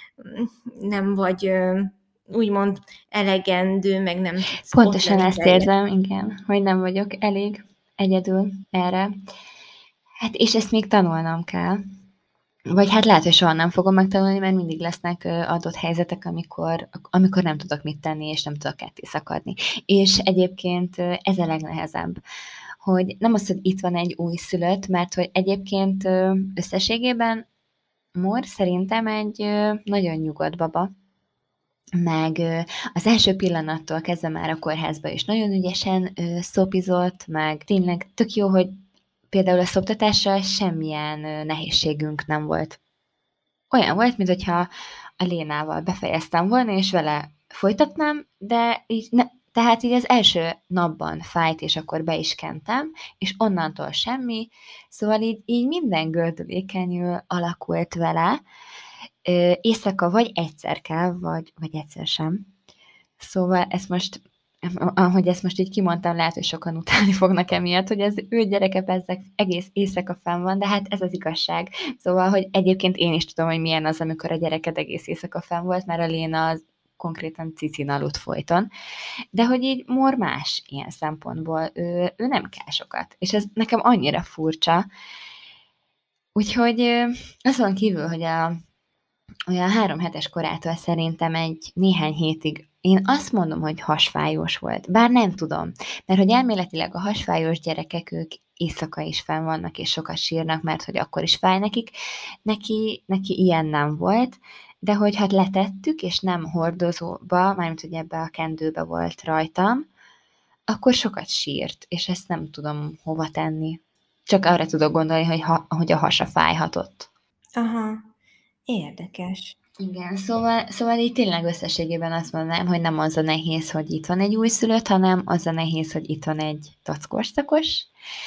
nem vagy úgymond elegendő, meg nem tudsz. Pontosan ezt érzem, igen, hogy nem vagyok elég egyedül erre. Hát és ezt még tanulnom kell. Vagy hát lehet, hogy soha nem fogom megtanulni, mert mindig lesznek adott helyzetek, amikor, amikor nem tudok mit tenni, és nem tudok ketté szakadni. És egyébként ez a legnehezebb, hogy nem az, hogy itt van egy újszülött, mert hogy egyébként összességében Mor szerintem egy nagyon nyugodt baba, meg az első pillanattól kezdve már a kórházba is nagyon ügyesen szopizott, meg tényleg tök jó, hogy például a szoptatással semmilyen nehézségünk nem volt. Olyan volt, mintha a Lénával befejeztem volna, és vele folytatnám, de így ne, tehát így az első napban fájt, és akkor be is kentem, és onnantól semmi, szóval így, így minden gördülékenyül alakult vele. Éjszaka vagy egyszer kell, vagy, vagy egyszer sem. Szóval ezt most ahogy ezt most így kimondtam, lehet, hogy sokan utálni fognak emiatt, hogy az ő gyereke bezzeg egész éjszaka fenn van, de hát ez az igazság. Szóval, hogy egyébként én is tudom, hogy milyen az, amikor a gyereked egész éjszaka fenn volt, mert a Léna az konkrétan cicin aludt folyton, de hogy így Mór más ilyen szempontból, ő, ő nem kell sokat, és ez nekem annyira furcsa, úgyhogy azon kívül, hogy a olyan három hetes korától szerintem egy néhány hétig én azt mondom, hogy hasfájós volt, bár nem tudom, mert hogy elméletileg a hasfájós gyerekek, ők éjszaka is fenn vannak, és sokat sírnak, mert hogy akkor is fáj nekik. Neki, neki ilyen nem volt, de hogy hát letettük, és nem hordozóba, mármint hogy ebbe a kendőbe volt rajtam, akkor sokat sírt, és ezt nem tudom hova tenni. Csak arra tudok gondolni, hogy, ha, hogy a hasa fájhatott. Aha, érdekes. Igen, szóval, szóval így tényleg összességében azt mondanám, hogy nem az a nehéz, hogy itt van egy újszülött, hanem az a nehéz, hogy itt van egy tackorszakos,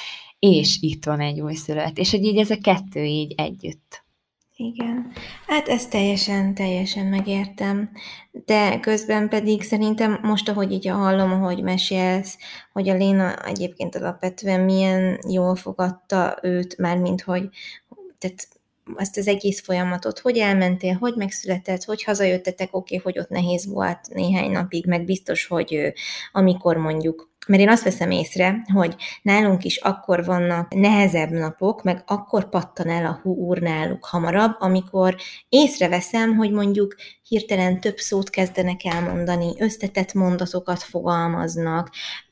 és itt van egy újszülött, és hogy így ez a kettő így együtt. Igen, hát ezt teljesen, teljesen megértem, de közben pedig szerintem most, ahogy így hallom, ahogy mesélsz, hogy a Léna egyébként alapvetően milyen jól fogadta őt, mármint hogy tehát azt az egész folyamatot, hogy elmentél, hogy megszületett, hogy hazajöttetek, oké, okay, hogy ott nehéz volt néhány napig, meg biztos, hogy amikor mondjuk, mert én azt veszem észre, hogy nálunk is akkor vannak nehezebb napok, meg akkor pattan el a húr náluk hamarabb, amikor észreveszem, hogy mondjuk hirtelen több szót kezdenek elmondani, összetett mondatokat fogalmaznak,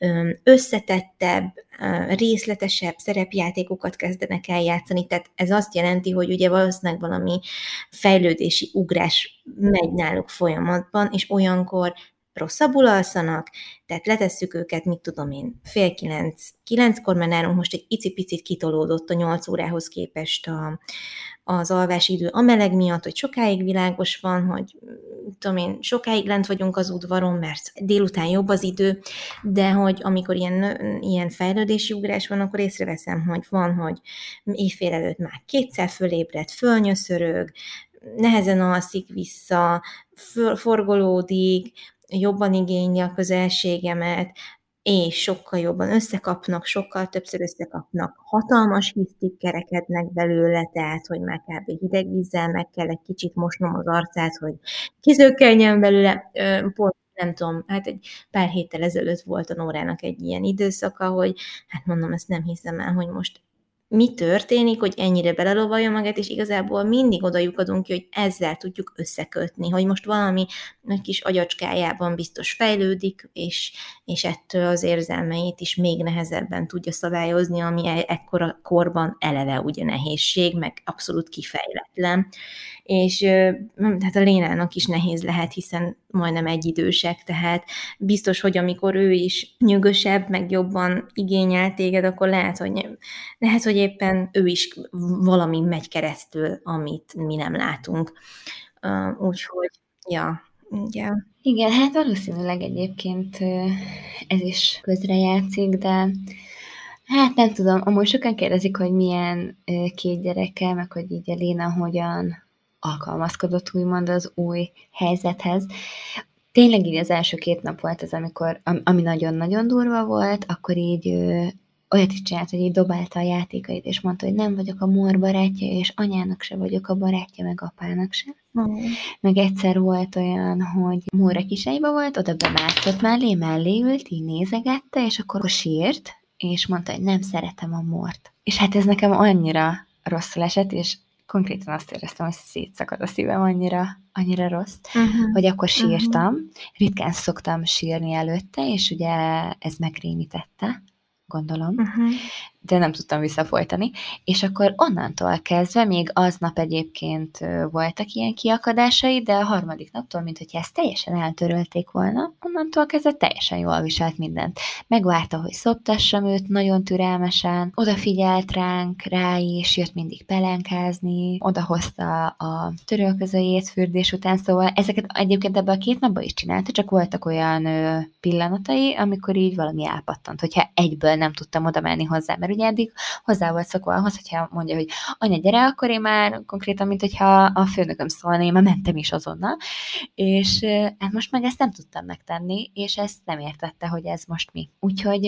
összetettebb, részletesebb szerepjátékokat kezdenek el játszani, tehát ez azt jelenti, hogy ugye valószínűleg valami fejlődési ugrás megy náluk folyamatban, és olyankor rosszabbul alszanak, tehát letesszük őket, mit tudom én, fél kilenc, kilenckor, mert nálunk most egy icipicit kitolódott a nyolc órához képest a, az alvási idő a meleg miatt, hogy sokáig világos van, hogy tudom én, sokáig lent vagyunk az udvaron, mert délután jobb az idő, de hogy amikor ilyen, ilyen fejlődési ugrás van, akkor észreveszem, hogy van, hogy éjfél előtt már kétszer fölébred, fölnyöszörög, nehezen alszik vissza, föl, forgolódik, jobban igényli a közelségemet, és sokkal jobban összekapnak, sokkal többször összekapnak, hatalmas hisztik kerekednek belőle, tehát, hogy már kb. Hideg vízzel meg kell egy kicsit mosnom az arcát, hogy kizökkenjen belőle. Pont nem tudom, hát egy pár héttel ezelőtt volt a Nórának egy ilyen időszaka, hogy hát mondom, ezt nem hiszem el, hogy most mi történik, hogy ennyire belelovalja magát, és igazából mindig oda lyukadunk ki, hogy ezzel tudjuk összekötni, hogy most valami nagy kis agyacskájában biztos fejlődik, és, és ettől az érzelmeit is még nehezebben tudja szabályozni, ami e- ekkora korban eleve ugye nehézség, meg abszolút kifejletlen. És tehát a Lénának is nehéz lehet, hiszen majdnem egyidősek, tehát biztos, hogy amikor ő is nyugosabb, meg jobban igényel téged, akkor lehet, hogy, lehet, hogy éppen ő is valami megy keresztül, amit mi nem látunk. Uh, úgyhogy, ja, igen. Igen, hát valószínűleg egyébként ez is közrejátszik, de hát nem tudom, amúgy sokan kérdezik, hogy milyen két gyerekkel, meg hogy így a Léna hogyan alkalmazkodott úgymond az új helyzethez. Tényleg így az első két nap volt az, amikor, ami nagyon-nagyon durva volt, akkor így ö, olyat is csinált, hogy így dobálta a játékait, és mondta, hogy nem vagyok a Mór barátja, és anyának se vagyok a barátja, meg apának se. Mm. Meg egyszer volt olyan, hogy Mór a kiseiba volt, oda bemászott mellé, mellé ült, így nézegette, és akkor sírt, és mondta, hogy nem szeretem a Mórt. És hát ez nekem annyira rosszul esett, és konkrétan azt éreztem, hogy szétszakad a szívem, annyira, annyira rossz, uh-huh. hogy akkor sírtam. Uh-huh. Ritkán szoktam sírni előtte, és ugye ez megrémítette, gondolom, uh-huh. de nem tudtam visszafolytani. És akkor onnantól kezdve, még aznap egyébként voltak ilyen kiakadásai, de a harmadik naptól, mint hogyha ezt teljesen eltörölték volna, onnantól kezdve teljesen jól viselt mindent. Megvárta, hogy szoptassam őt, nagyon türelmesen, odafigyelt ránk, rá is, jött mindig pelenkázni, odahozta a törölközőjét fürdés után, szóval ezeket egyébként ebben a két napban is csinálta, csak voltak olyan ö, pillanatai, amikor így valami elpattant, hogyha egyből nem tudtam oda menni hozzá, mert ugye eddig hozzá volt szokva ahhoz, hogyha mondja, hogy anya, gyere, akkor én már konkrétan, mint hogyha a főnököm szólna, én már mentem is azonnal, és hát most meg ezt nem tudtam megtenni, és ezt nem értette, hogy ez most mi. Úgyhogy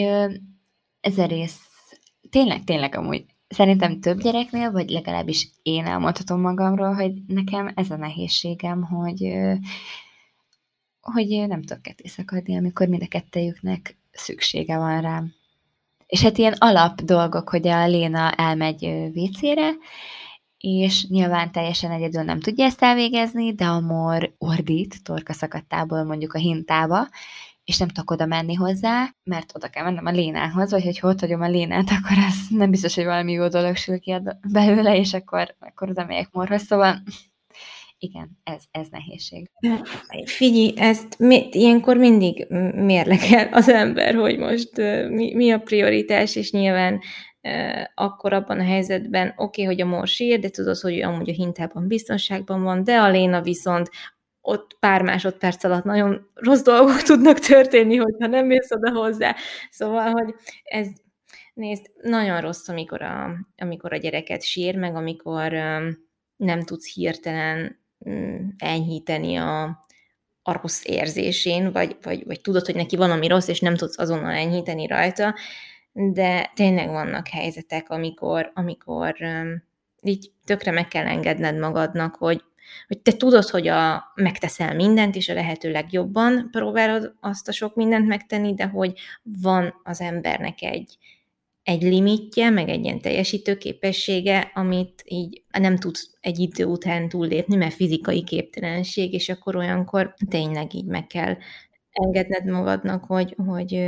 ez a rész tényleg, tényleg amúgy szerintem több gyereknél, vagy legalábbis én elmondhatom magamról, hogy nekem ez a nehézségem, hogy hogy nem tudok ketté szakadni, amikor mind a kettejüknek szüksége van rám. És hát ilyen alap dolgok, hogy a Léna elmegy vécére, és nyilván teljesen egyedül nem tudja ezt elvégezni, de a Mor ordít torkaszakadtából mondjuk a hintába, és nem tudok oda menni hozzá, mert oda kell mennem a Lénához, vagy hogyha ott hagyom a Lénát, akkor ez nem biztos, hogy valami jó dolog sül ki belőle, és akkor, akkor oda megyek Morhoz, szóval igen, ez, ez nehézség. Figyelj, ezt mi, ilyenkor mindig mérlekel az ember, hogy most uh, mi, mi a prioritás, és nyilván uh, akkor abban a helyzetben oké, okay, hogy a Mor sír, de tudod, hogy amúgy a hintában biztonságban van, de a Léna viszont ott pár másodperc alatt nagyon rossz dolgok tudnak történni, hogyha nem mész oda hozzá. Szóval, hogy ez, nézd, nagyon rossz, amikor a, amikor a gyereket sír, meg amikor um, nem tudsz hirtelen um, enyhíteni a, a rossz érzésén, vagy, vagy, vagy tudod, hogy neki valami rossz, és nem tudsz azonnal enyhíteni rajta, de tényleg vannak helyzetek, amikor, amikor um, így tökre meg kell engedned magadnak, hogy hogy te tudod, hogy a, megteszel mindent, és a lehető legjobban próbálod azt a sok mindent megtenni, de hogy van az embernek egy, egy limitje, meg egy ilyen teljesítő képessége, amit így nem tudsz egy idő után túllépni, mert fizikai képtelenség, és akkor olyankor tényleg így meg kell engedned magadnak, hogy, hogy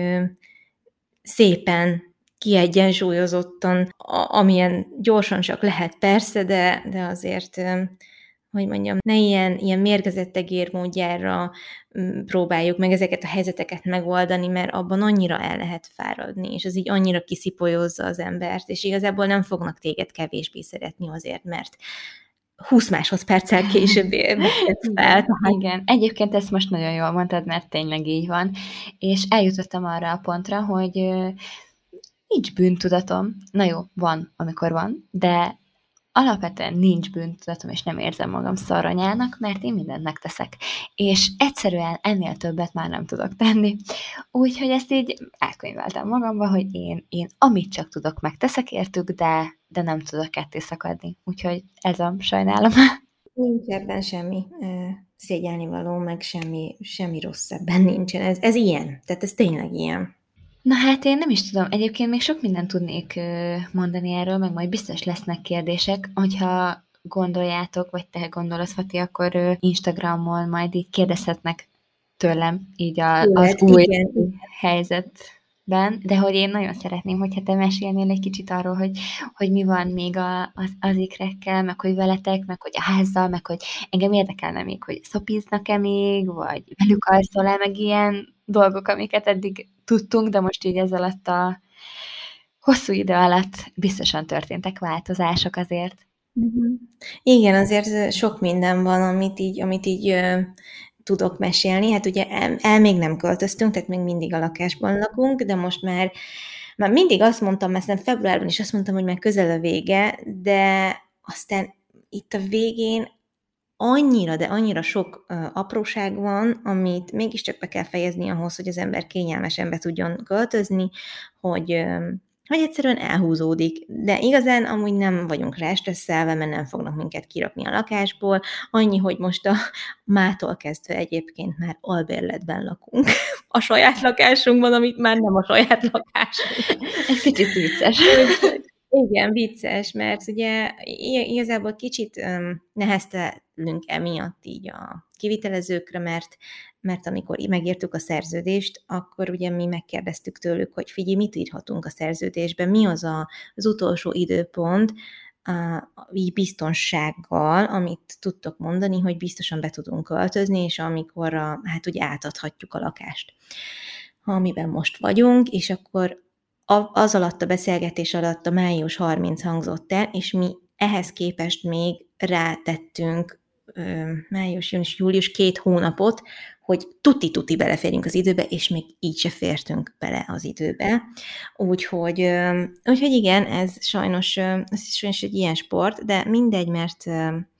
szépen, kiegyensúlyozottan, amilyen gyorsan csak lehet persze, de, de azért hogy mondjam, ne ilyen, ilyen mérgezett egérmódjára próbáljuk meg ezeket a helyzeteket megoldani, mert abban annyira el lehet fáradni, és az így annyira kiszipolyozza az embert, és igazából nem fognak téged kevésbé szeretni azért, mert húsz másodperccel később vetted fel. Igen, egyébként ezt most nagyon jól mondtad, mert tényleg így van, és eljutottam arra a pontra, hogy nincs bűntudatom. Na jó, van, amikor van, de alapvetően nincs bűntudatom, és nem érzem magam szaranyának, mert én mindent megteszek. És egyszerűen ennél többet már nem tudok tenni. Úgyhogy ezt így elkönyveltem magamba, hogy én, én amit csak tudok, megteszek értük, de, de nem tudok ketté szakadni. Úgyhogy ez a sajnálom. Nincs ebben semmi uh, szégyelnivaló, meg semmi, semmi rossz ebben nincsen. Ez, ez ilyen. Tehát ez tényleg ilyen. Na hát én nem is tudom, egyébként még sok mindent tudnék mondani erről, meg majd biztos lesznek kérdések, hogyha gondoljátok, vagy te gondolod, Fati, akkor Instagramon majd így kérdezhetnek tőlem, így a, az Lehet, új igen. helyzetben, de hogy én nagyon szeretném, hogyha te mesélnél egy kicsit arról, hogy, hogy mi van még a, az, az ikrekkel, meg hogy veletek, meg hogy a házzal, meg hogy engem érdekelne még, hogy szopíznak-e még, vagy velük alszol-e, meg ilyen dolgok, amiket eddig tudtunk, de most így ez alatt a hosszú idő alatt biztosan történtek változások azért. Uh-huh. Igen, azért sok minden van, amit így, amit így uh, tudok mesélni. Hát ugye el, el még nem költöztünk, tehát még mindig a lakásban lakunk, de most már, már mindig azt mondtam, mert szerintem februárban is azt mondtam, hogy már közel a vége, de aztán itt a végén annyira, de annyira sok uh, apróság van, amit mégiscsak be kell fejezni ahhoz, hogy az ember kényelmesen be tudjon költözni, hogy, uh, hogy egyszerűen elhúzódik. De igazán amúgy nem vagyunk rá stresszelve, mert nem fognak minket kirakni a lakásból. Annyi, hogy most a mától kezdve egyébként már albérletben lakunk. A saját lakásunkban, amit már nem a saját lakásunk. Ez kicsit vicces. Igen, vicces, mert ugye igazából kicsit um, neheztelünk emiatt így a kivitelezőkre, mert, mert amikor megírtuk a szerződést, akkor ugye mi megkérdeztük tőlük, hogy figyelj, mit írhatunk a szerződésben, mi az a, az utolsó időpont, uh, így biztonsággal, amit tudtok mondani, hogy biztosan be tudunk költözni, és amikor a, hát ugye átadhatjuk a lakást, amiben most vagyunk, és akkor az alatt a beszélgetés alatt a május harmincadika hangzott el, és mi ehhez képest még rátettünk ö, május, június, július két hónapot, hogy tuti-tuti beleférjünk az időbe, és még így se fértünk bele az időbe. Úgyhogy, ö, úgyhogy igen, ez sajnos, ö, ez sajnos egy ilyen sport, de mindegy, mert ö,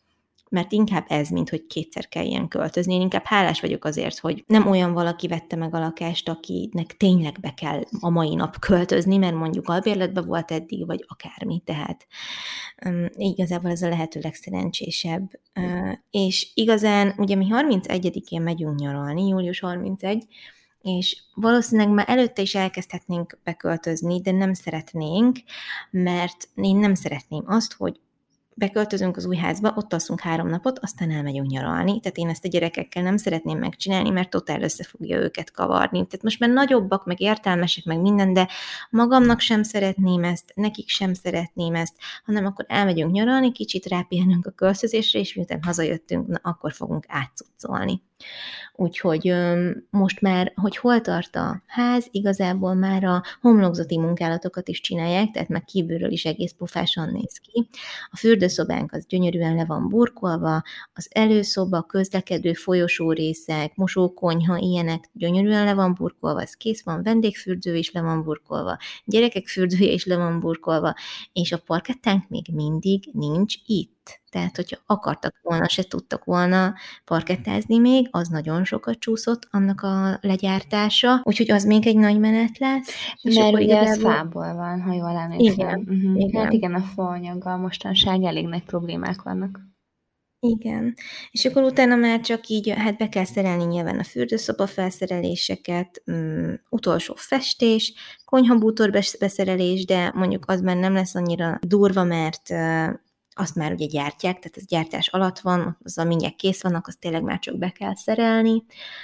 mert inkább ez, mint hogy kétszer kell ilyen költözni. Én inkább hálás vagyok azért, hogy nem olyan valaki vette meg a lakást, akinek tényleg be kell a mai nap költözni, mert mondjuk albérletben volt eddig, vagy akármi, tehát um, igazából ez a lehető legszerencsésebb. Uh, és igazán, ugye mi harmincegyedikén megyünk nyaralni, július harmincegy, és valószínűleg már előtte is elkezdhetnénk beköltözni, de nem szeretnénk, mert én nem szeretném azt, hogy beköltözünk az új házba, ott alszunk három napot, aztán elmegyünk nyaralni. Tehát én ezt a gyerekekkel nem szeretném megcsinálni, mert totál össze fogja őket kavarni. Tehát most már nagyobbak, meg értelmesek, meg minden, de magamnak sem szeretném ezt, nekik sem szeretném ezt, hanem akkor elmegyünk nyaralni, kicsit rápihenünk a költözésre, és miután hazajöttünk, na akkor fogunk átcuccolni. Úgyhogy most már, hogy hol tart a ház, igazából már a homlokzati munkálatokat is csinálják, tehát már kívülről is egész pofásan néz ki. A fürdőszobánk az gyönyörűen le van burkolva, az előszoba, közlekedő folyosórészek, mosókonyha, ilyenek gyönyörűen le van burkolva, ez kész van, vendégfürdő is le van burkolva, gyerekek fürdője is le van burkolva, és a parkettánk még mindig nincs itt. Tehát, hogyha akartak volna, se tudtak volna parkettázni még, az nagyon sokat csúszott annak a legyártása, úgyhogy az még egy nagy menet lesz. És mert ugye igazából... ez fából van, ha jól emlékszem. Igen, uh-huh. igen. Hát igen, a faanyaggal mostanság elég nagy problémák vannak. Igen. És akkor utána már csak így, hát be kell szerelni nyilván a fürdőszoba felszereléseket, um, utolsó festés, konyhabútor beszerelés, de mondjuk az már nem lesz annyira durva, mert uh, azt már ugye gyártják, tehát ez gyártás alatt van, az a mindjárt kész vannak, azt tényleg már csak be kell szerelni.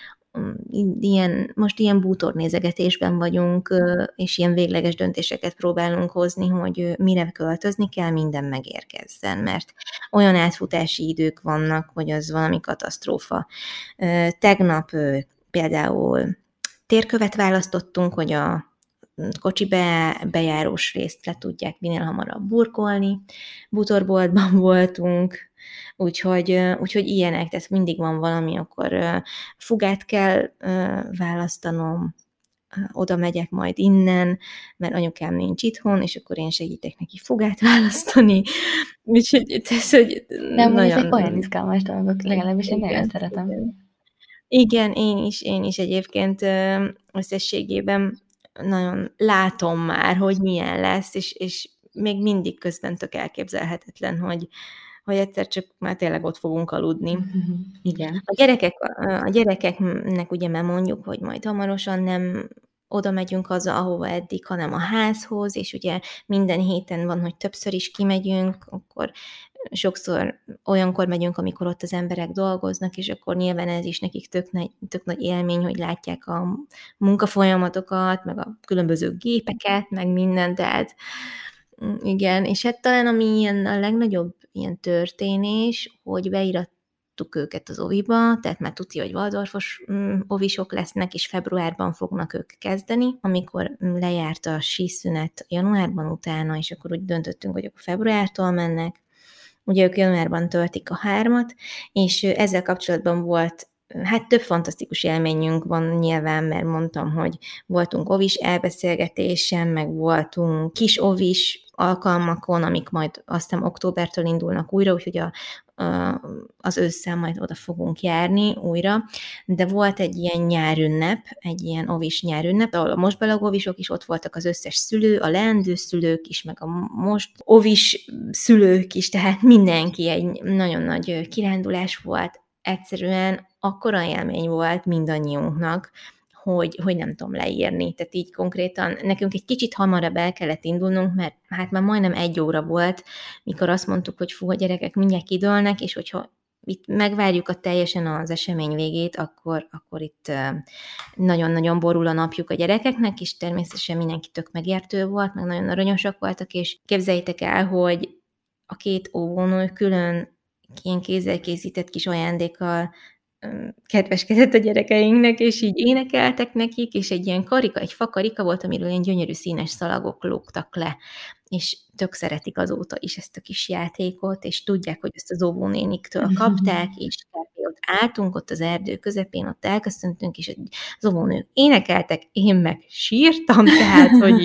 Ilyen, most ilyen bútornézegetésben vagyunk, és ilyen végleges döntéseket próbálunk hozni, hogy mire költözni kell, minden megérkezzen, mert olyan átfutási idők vannak, hogy az valami katasztrófa. Tegnap például térkövet választottunk, hogy a kocsi be, bejárós részt le tudják minél hamarabb burkolni. Bútorboltban voltunk, úgyhogy, úgyhogy ilyenek, tehát mindig van valami, akkor fugát kell választanom, oda megyek majd innen, mert anyukám nincs itthon, és akkor én segítek neki fugát választani. Úgyhogy ez, hogy de nagyon... ezek olyan izgalmas dolgok, legalábbis én nagyon szeretem. Igen, én is, én is egyébként összességében nagyon látom már, hogy milyen lesz, és, és még mindig közben tök elképzelhetetlen, hogy, hogy egyszer csak már tényleg ott fogunk aludni. Uh-huh. Igen. A, gyerekek, a gyerekeknek ugye már mondjuk, hogy majd hamarosan nem oda megyünk haza, ahova eddig, hanem a házhoz, és ugye minden héten van, hogy többször is kimegyünk, akkor sokszor olyankor megyünk, amikor ott az emberek dolgoznak, és akkor nyilván ez is nekik tök nagy, tök nagy élmény, hogy látják a munkafolyamatokat, meg a különböző gépeket, meg mindent, tehát igen, és hát talán ami ilyen a legnagyobb ilyen történés, hogy beirattuk őket az oviba, tehát már tuti, hogy waldorfos mm, ovisok lesznek, és februárban fognak ők kezdeni, amikor lejárt a síszünet januárban utána, és akkor úgy döntöttünk, hogy akkor februártól mennek. Ugye ők januárban töltik a hármat, és ezzel kapcsolatban volt, hát több fantasztikus élményünk van nyilván, mert mondtam, hogy voltunk ovis elbeszélgetésen, meg voltunk kis ovis alkalmakon, amik majd azt hiszem októbertől indulnak újra, úgyhogy a, a, az ősszel majd oda fogunk járni újra, de volt egy ilyen nyárünnep, egy ilyen ovis nyárünnep, ahol a most belagóvisok is ott voltak, az összes szülő, a leendő szülők is, meg a most ovis szülők is, tehát mindenki, egy nagyon nagy kirándulás volt, egyszerűen akkora élmény volt mindannyiunknak, hogy, hogy nem tudom leírni. Tehát így konkrétan nekünk egy kicsit hamarabb el kellett indulnunk, mert hát már majdnem egy óra volt, mikor azt mondtuk, hogy fú, a gyerekek mindjárt kidőlnek, és hogyha itt megvárjuk a teljesen az esemény végét, akkor, akkor itt nagyon-nagyon borul a napjuk a gyerekeknek, és természetesen mindenki tök megértő volt, meg nagyon aranyosak voltak, és képzeljétek el, hogy a két óvónő külön ilyen kézzel készített kis ajándékkal kedveskedett a gyerekeinknek, és így énekeltek nekik, és egy ilyen karika, egy fakarika volt, amiről ilyen gyönyörű színes szalagok lógtak le, és tök szeretik azóta is ezt a kis játékot, és tudják, hogy ezt az óvónéniktől kapták, és ott álltunk, ott az erdő közepén, ott elköszöntünk, és az óvónők énekeltek, én meg sírtam, tehát, hogy így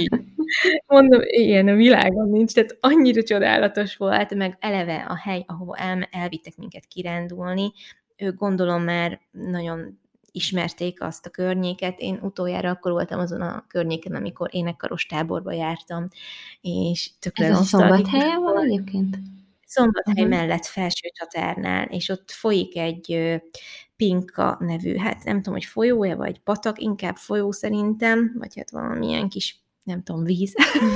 Mondom, ilyen a világon nincs, tehát annyira csodálatos volt, meg eleve a hely, ahova el, elvittek minket kirándulni, ők gondolom már nagyon ismerték azt a környéket. Én utoljára akkor voltam azon a környéken, amikor énekkaros táborba jártam, és tökre Ez a Szombathelyen van egyébként? Szombathely uh-huh. mellett Felsőcsatárnál, és ott folyik egy ö, Pinka nevű, hát nem tudom, hogy folyó-e, vagy patak, inkább folyó szerintem, vagy hát valamilyen kis, nem tudom, víz.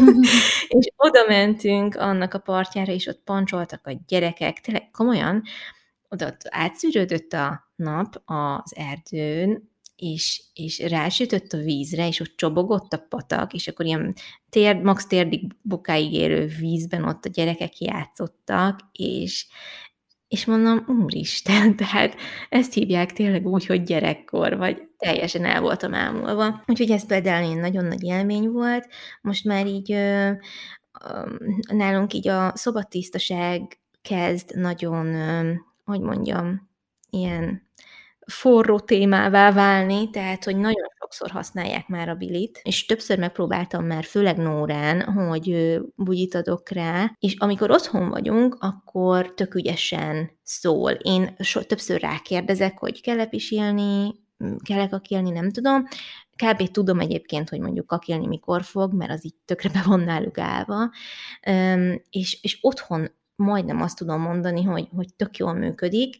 És oda mentünk annak a partjára, és ott pancsoltak a gyerekek, tényleg komolyan, oda átszűrődött a nap az erdőn, és, és rásütött a vízre, és ott csobogott a patak, és akkor ilyen tér, max térdig bokáig érő vízben ott a gyerekek játszottak, és, és mondom, úristen, tehát ezt hívják tényleg úgy, hogy gyerekkor, vagy teljesen el voltam ámulva. Úgyhogy ez például nagyon nagy élmény volt. Most már így ö, ö, nálunk így a szobatisztaság kezd nagyon, ö, hogy mondjam, ilyen forró témává válni, tehát, hogy nagyon sokszor használják már a bilit, és többször megpróbáltam már, főleg Nórán, hogy bugyit adok rá, és amikor otthon vagyunk, akkor tök ügyesen szól. Én so, többször rákérdezek, hogy kell-e pisilni, kell-e kakilni, nem tudom. Kb. Tudom egyébként, hogy mondjuk kakilni mikor fog, mert az így tökre be van náluk állva, Üm, és, és otthon majdnem azt tudom mondani, hogy, hogy tök jól működik,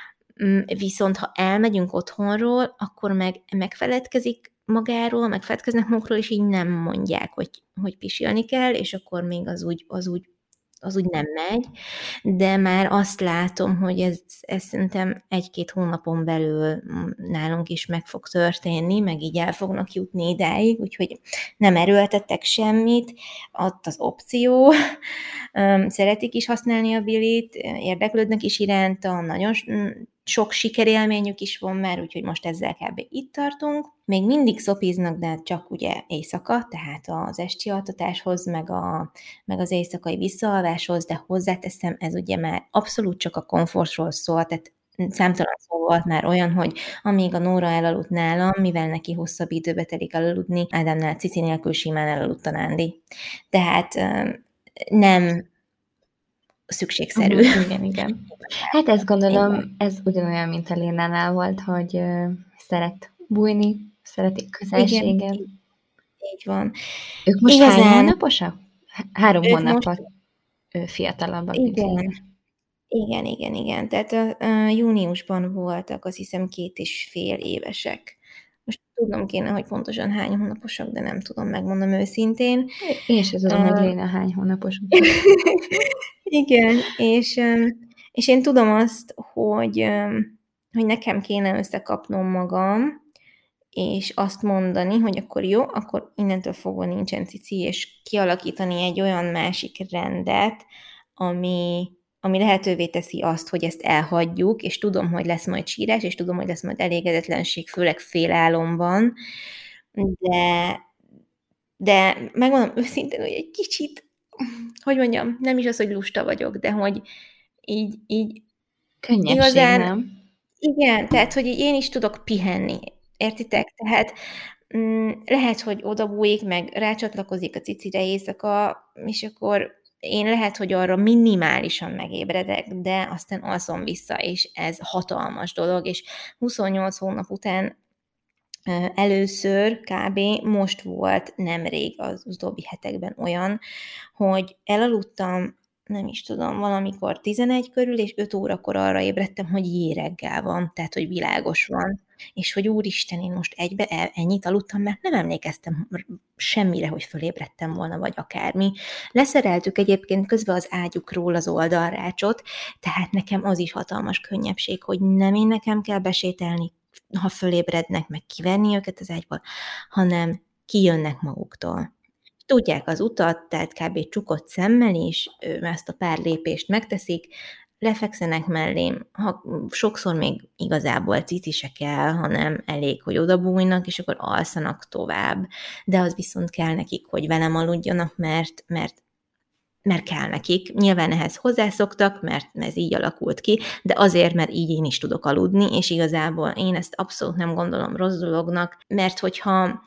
viszont ha elmegyünk otthonról, akkor meg megfeledkezik magáról, megfeledkeznek magukról, és így nem mondják, hogy, hogy pisilni kell, és akkor még az úgy, az úgy, az úgy nem megy, de már azt látom, hogy ez, ez szerintem egy-két hónapon belül nálunk is meg fog történni, meg így el fognak jutni idáig, úgyhogy nem erőltettek semmit, ott az opció, szeretik is használni a bilit, érdeklődnek is iránta, nagyon sok sikerélményük is van már, úgyhogy most ezzel kb. Itt tartunk. Még mindig szopiznak, de csak ugye éjszaka, tehát az esti altatáshoz, meg, a, meg az éjszakai visszaalváshoz, de hozzáteszem, ez ugye már abszolút csak a komfortról szól, tehát számtalan szó volt már olyan, hogy amíg a Nóra elaludt nálam, mivel neki hosszabb időbe telik elaludni, Ádámnál cici nélkül simán elaludt a Nándi. Tehát nem szükségszerű. Uh-huh, igen, igen. Hát ezt gondolom, igen. Ez ugyanolyan, mint a Lénánál volt, hogy uh, szeret bújni, szeretik közelségen. Így van. Ők most Igazán... hány hónaposak? Három ők hónapot most... fiatalabbak. Igen. Igen, igen, igen. Tehát a, a júniusban voltak, azt hiszem, két és fél évesek. Most tudnom kéne, hogy pontosan hány hónaposak, de nem tudom, megmondom őszintén. Én sem tudom, uh, hogy Léna hány hónapos. Igen, és, és én tudom azt, hogy, hogy nekem kéne összekapnom magam, és azt mondani, hogy akkor jó, akkor innentől fogva nincsen cici, és kialakítani egy olyan másik rendet, ami, ami lehetővé teszi azt, hogy ezt elhagyjuk, és tudom, hogy lesz majd sírás, és tudom, hogy lesz majd elégedetlenség, főleg félálomban, de, de megmondom őszintén, hogy egy kicsit, hogy mondjam, nem is az, hogy lusta vagyok, de hogy így, így könnyebbség, igazán, nem? Igen, tehát, hogy én is tudok pihenni, értitek? Tehát mm, lehet, hogy odabújik, meg rácsatlakozik a cicire éjszaka, és akkor én lehet, hogy arra minimálisan megébredek, de aztán alszom vissza, és ez hatalmas dolog, és huszonnyolc hónap után először kb. Most volt nemrég az utóbbi hetekben olyan, hogy elaludtam, nem is tudom, valamikor tizenegy körül, és öt órakor arra ébredtem, hogy jé reggel van, tehát, hogy világos van, és hogy úristen, én most egybe ennyit aludtam, mert nem emlékeztem semmire, hogy fölébredtem volna, vagy akármi. Leszereltük egyébként közben az ágyukról az oldalrácsot, tehát nekem az is hatalmas könnyebbség, hogy nem én nekem kell besételni, ha fölébrednek, meg kivenni őket az ágyból, hanem kijönnek maguktól. Tudják az utat, tehát kb. Csukott szemmel is, ezt a pár lépést megteszik, lefekszenek mellém, ha sokszor még igazából cici se kell, hanem elég, hogy odabújnak, és akkor alszanak tovább. De az viszont kell nekik, hogy velem aludjanak, mert, mert mert kell nekik. Nyilván ehhez hozzászoktak, mert ez így alakult ki, de azért, mert így én is tudok aludni, és igazából én ezt abszolút nem gondolom rossz dolognak, mert hogyha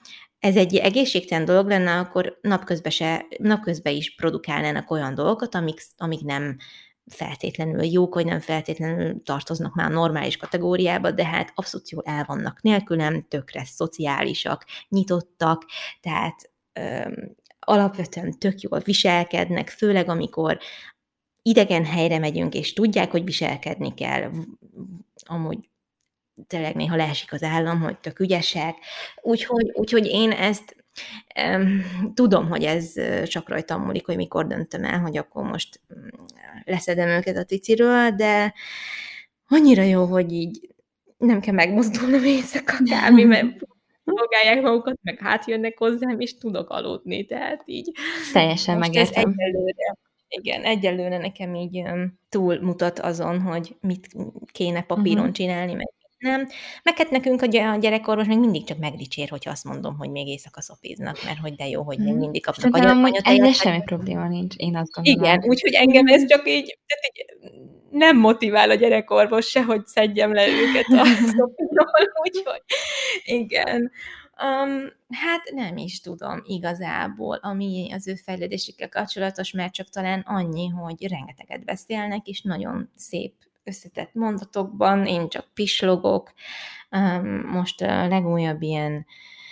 ez egy egészségtelen dolog lenne, akkor napközben, se, napközben is produkálnának olyan dolgokat, amik, amik nem feltétlenül jók, vagy nem feltétlenül tartoznak már a normális kategóriába, de hát abszolút jól el vannak nélkülem, tökre szociálisak, nyitottak, tehát öm, alapvetően tök jól viselkednek, főleg amikor idegen helyre megyünk, és tudják, hogy viselkedni kell. Amúgy tényleg néha leesik az állam, hogy tök ügyesek. Úgyhogy, úgyhogy én ezt um, tudom, hogy ez csak rajtam múlik, hogy mikor döntöm el, hogy akkor most leszedem őket a ciciről, de annyira jó, hogy így nem kell megmozdulnom éjszaka kb. Mert szolgálják magukat, meg hátjönnek hozzám, és tudok aludni, tehát így. Teljesen megértem. Egyelőre, igen, egyelőre nekem így um, túlmutat azon, hogy mit kéne papíron uh-huh. csinálni, meg nem. Meg hát nekünk a gyerekorvos még mindig csak megdicsér, hogyha azt mondom, hogy még éjszaka szopiznak, mert hogy de jó, hogy még mindig kapnak anyatejet. Egyre semmi probléma nincs, én azt gondolom. Igen, úgyhogy engem ez csak így, tehát így nem motivál a gyerekorvos se, hogy szedjem le őket a szopizról, úgyhogy igen. Um, hát nem is tudom igazából, ami az ő fejlődésükkel kapcsolatos, mert csak talán annyi, hogy rengeteget beszélnek, és nagyon szép összetett mondatokban, én csak pislogok. Most a legújabb ilyen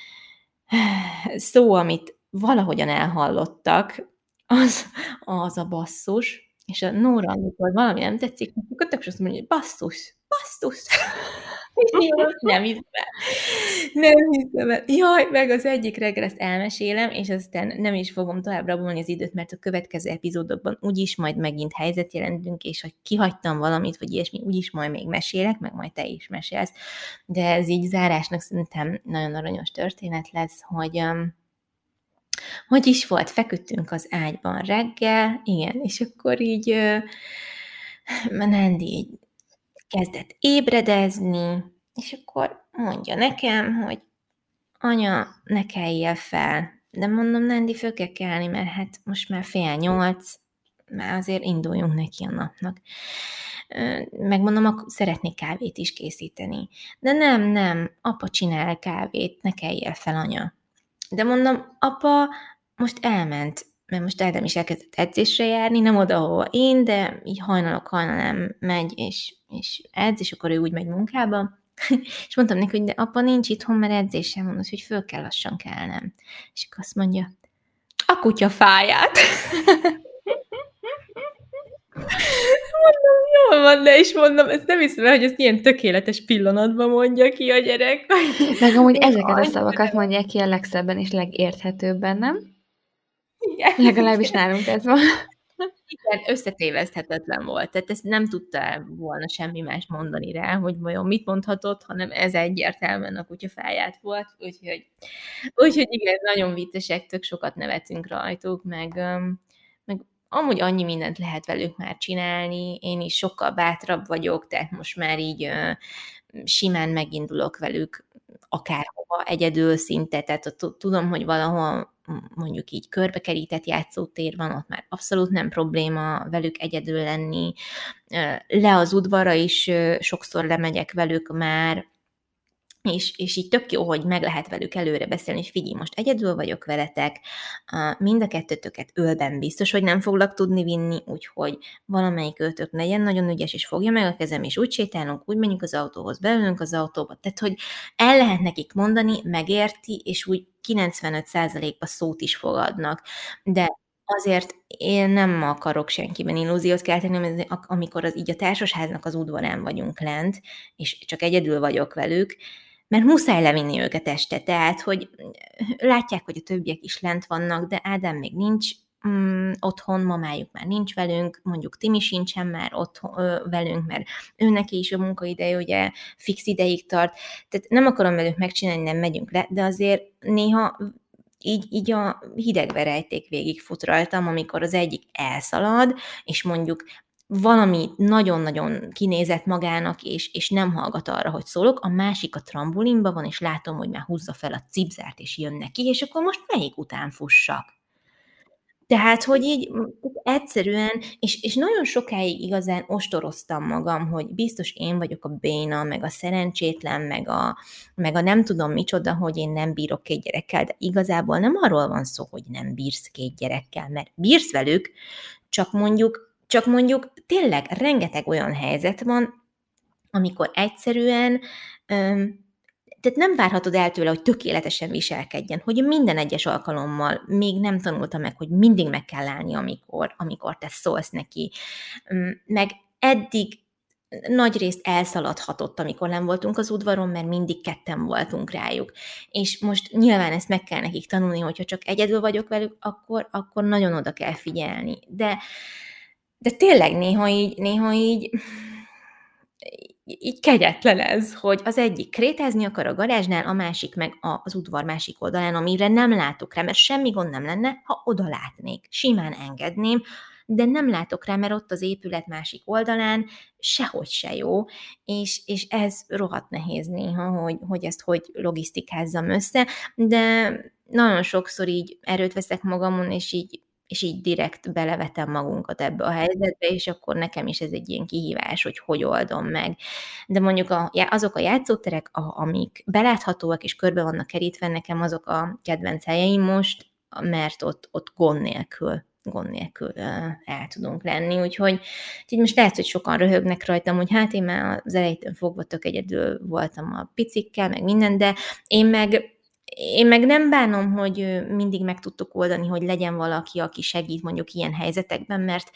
szó, amit valahogyan elhallottak, az, az a basszus, és a Nóra, amikor valami nem tetszik, akkor tök azt mondja, hogy basszus, basszus. Jó, nem hiszem el. Nem hiszem el. Jaj, meg az egyik reggel ezt elmesélem, és aztán nem is fogom tovább rabolni az időt, mert a következő epizódokban úgyis majd megint helyzet jelentünk, és ha kihagytam valamit, vagy ilyesmi, úgyis majd még mesélek, meg majd te is mesélsz. De ez így zárásnak szerintem nagyon aranyos történet lesz, hogy... Um, hogy is volt, feküdtünk az ágyban reggel, igen, és akkor így uh, Nandi így kezdett ébredezni, és akkor mondja nekem, hogy anya, ne keljél fel. De mondom, Nandi, föl kell kelni, mert hát most már fél nyolc, már azért induljunk neki a napnak. Megmondom, akkor szeretnék kávét is készíteni. De nem, nem, apa csinál kávét, ne keljél fel, anya. De mondom, apa most elment, mert most Ádám is elkezdett edzésre járni, nem oda, ahol én, de így hajnalok hajnalán megy, és, és edz, és akkor ő úgy megy munkába. És mondtam neki, hogy de apa nincs itthon, mert edzésem van, hogy föl kell lassan kelnem. És akkor azt mondja, a kutya fáját. Mondom, jól van, de is mondom, ezt nem hiszem el, hogy ezt ilyen tökéletes pillanatban mondja ki a gyerek. Meg amúgy ezeket a szavakat mondják ki a legszebben és legérthetőbben, nem? Igen. Legalábbis nálunk ez van. Igen, összetéveszthetetlen volt. Tehát ezt nem tudta volna semmi más mondani rá, hogy vajon mit mondhatott, hanem ez egyértelműen a kutyafáját volt. Úgyhogy, úgyhogy igen, nagyon viccesek, tök sokat nevetünk rajtuk, meg, meg amúgy annyi mindent lehet velük már csinálni. Én is sokkal bátrabb vagyok, tehát most már így simán megindulok velük akárhova, egyedül szinte, tehát tudom, hogy valahol mondjuk így körbekerített játszótér van, ott már abszolút nem probléma velük egyedül lenni. Le az udvarra is sokszor lemegyek velük már, és, és így tök jó, hogy meg lehet velük előre beszélni, és figyelj, most egyedül vagyok veletek, mind a kettőtöket ölben biztos, hogy nem foglak tudni vinni, úgyhogy valamelyik őtök legyen nagyon ügyes, és fogja meg a kezem, és úgy sétálunk, úgy menjünk az autóhoz, beülünk az autóba, tehát, hogy el lehet nekik mondani, megérti, és úgy kilencvenöt százalékban szót is fogadnak, de azért én nem akarok senkiben illúziót kelteni, amikor az, így a társasháznak az udvarán vagyunk lent, és csak egyedül vagyok velük, mert muszáj levinni őket este, tehát, hogy látják, hogy a többiek is lent vannak, de Ádám még nincs mm, otthon, mamájuk már nincs velünk, mondjuk Timi sincsen már otthon ö, velünk, mert őneki is a munkaideje ugye fix ideig tart, tehát nem akarom velük megcsinálni, nem megyünk le, de azért néha így, így a hidegverejték végig fut rajtam, amikor az egyik elszalad, és mondjuk valami nagyon-nagyon kinézett magának, és, és nem hallgat arra, hogy szólok, a másik a trambulinba van, és látom, hogy már húzza fel a cipzárt, és jön neki, és akkor most melyik után fussak? Tehát, hogy így egyszerűen, és, és nagyon sokáig igazán ostoroztam magam, hogy biztos én vagyok a béna, meg a szerencsétlen, meg a, meg a nem tudom micsoda, hogy én nem bírok két gyerekkel, de igazából nem arról van szó, hogy nem bírsz két gyerekkel, mert bírsz velük, csak mondjuk, csak mondjuk tényleg rengeteg olyan helyzet van, amikor egyszerűen öm, tehát nem várhatod el tőle, hogy tökéletesen viselkedjen, hogy minden egyes alkalommal még nem tanulta meg, hogy mindig meg kell állni, amikor, amikor te szólsz neki. Meg eddig nagyrészt elszaladhatott, amikor nem voltunk az udvaron, mert mindig ketten voltunk rájuk. És most nyilván ezt meg kell nekik tanulni, hogyha csak egyedül vagyok velük, akkor, akkor nagyon oda kell figyelni. De, de tényleg néha így, néha így így kegyetlen ez, hogy az egyik krétázni akar a garázsnál, a másik meg az udvar másik oldalán, amire nem látok rá, mert semmi gond nem lenne, ha oda látnék. Simán engedném, de nem látok rá, mert ott az épület másik oldalán sehogy se jó, és, és ez rohadt nehéz néha, hogy, hogy ezt hogy logisztikázzam össze, de nagyon sokszor így erőt veszek magamon, és így és így direkt belevetem magunkat ebbe a helyzetbe, és akkor nekem is ez egy ilyen kihívás, hogy hogy oldom meg. De mondjuk a, azok a játszóterek, a, amik beláthatóak és körbe vannak kerítve, nekem azok a kedvenc helyeim most, mert ott, ott gond nélkül gond nélkül el tudunk lenni, úgyhogy így most lehet, hogy sokan röhögnek rajtam, hogy hát én már az elejétől fogva tök egyedül voltam a picikkel, meg minden, de én meg Én meg nem bánom, hogy mindig meg tudtuk oldani, hogy legyen valaki, aki segít mondjuk ilyen helyzetekben, mert,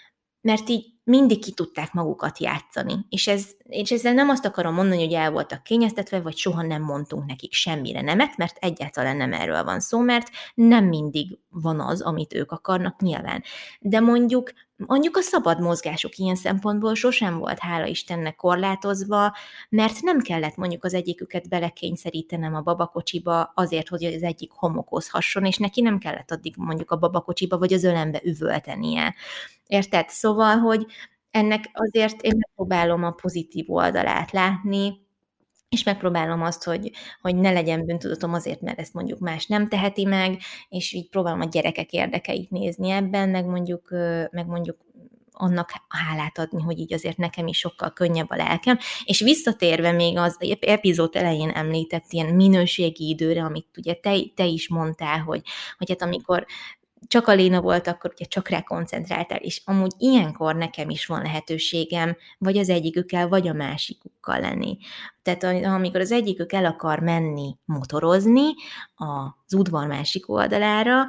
mert így mindig ki tudták magukat játszani. És, ez, és ezzel nem azt akarom mondani, hogy el voltak kényeztetve, vagy soha nem mondtunk nekik semmire nemet, mert egyáltalán nem erről van szó, mert nem mindig van az, amit ők akarnak nyilván. De mondjuk Mondjuk a szabad mozgásuk ilyen szempontból sosem volt, hála Istennek, korlátozva, mert nem kellett mondjuk az egyiküket belekényszerítenem a babakocsiba azért, hogy az egyik homokozhasson, és neki nem kellett addig mondjuk a babakocsiba vagy az ölembe üvöltenie. Érted? Szóval, hogy ennek azért én megpróbálom a pozitív oldalát látni, és megpróbálom azt, hogy, hogy ne legyen bűntudatom azért, mert ezt mondjuk más nem teheti meg, és így próbálom a gyerekek érdekeit nézni ebben, meg mondjuk, meg mondjuk annak hálát adni, hogy így azért nekem is sokkal könnyebb a lelkem. És visszatérve még az epizód elején említett ilyen minőségi időre, amit ugye te, te is mondtál, hogy, hogy hát amikor csak a Léna volt, akkor ugye csak rá koncentráltál, és amúgy ilyenkor nekem is van lehetőségem, vagy az egyikükkel, vagy a másikukkal lenni. Tehát amikor az egyikük el akar menni motorozni az udvar másik oldalára,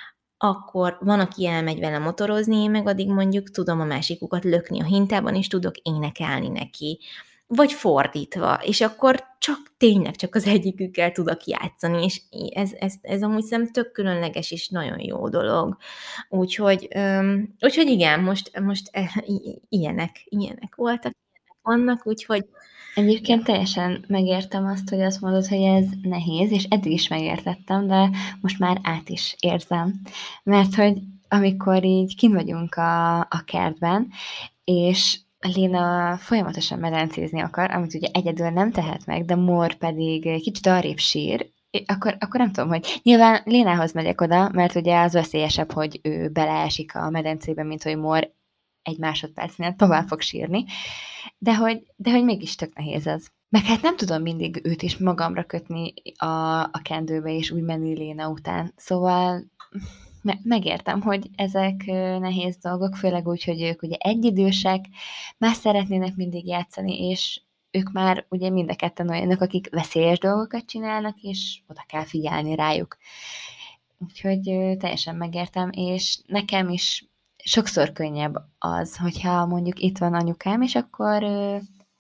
akkor van, aki elmegy vele motorozni, én meg addig mondjuk tudom a másikukat lökni a hintában, és tudok énekelni neki. Vagy fordítva, és akkor csak tényleg csak az egyikükkel tudok játszani, és ez, ez, ez amúgy szerintem tök különleges és nagyon jó dolog. Úgyhogy, um, úgyhogy igen, most, most ilyenek, ilyenek voltak, ilyenek vannak, úgyhogy Egyébként teljesen megértem azt, hogy azt mondod, hogy ez nehéz, és eddig is megértettem, de most már át is érzem. Mert hogy amikor így kint vagyunk a, a kertben, és Léna folyamatosan medencézni akar, amit ugye egyedül nem tehet meg, de Mor pedig kicsit arrébb sír, akkor, akkor nem tudom, hogy nyilván Lénához megyek oda, mert ugye az veszélyesebb, hogy ő beleesik a medencébe, mint hogy Mor egy másodpercnél tovább fog sírni, de hogy, de hogy mégis tök nehéz ez. Meg hát nem tudom mindig őt is magamra kötni a, a kendőbe, és úgy menni Léna után. Szóval me- megértem, hogy ezek nehéz dolgok, főleg úgy, hogy ők ugye egyidősek, más szeretnének mindig játszani, és ők már ugye mind a ketten olyanok, akik veszélyes dolgokat csinálnak, és oda kell figyelni rájuk. Úgyhogy teljesen megértem, és nekem is sokszor könnyebb az, hogyha mondjuk itt van anyukám, és akkor ő,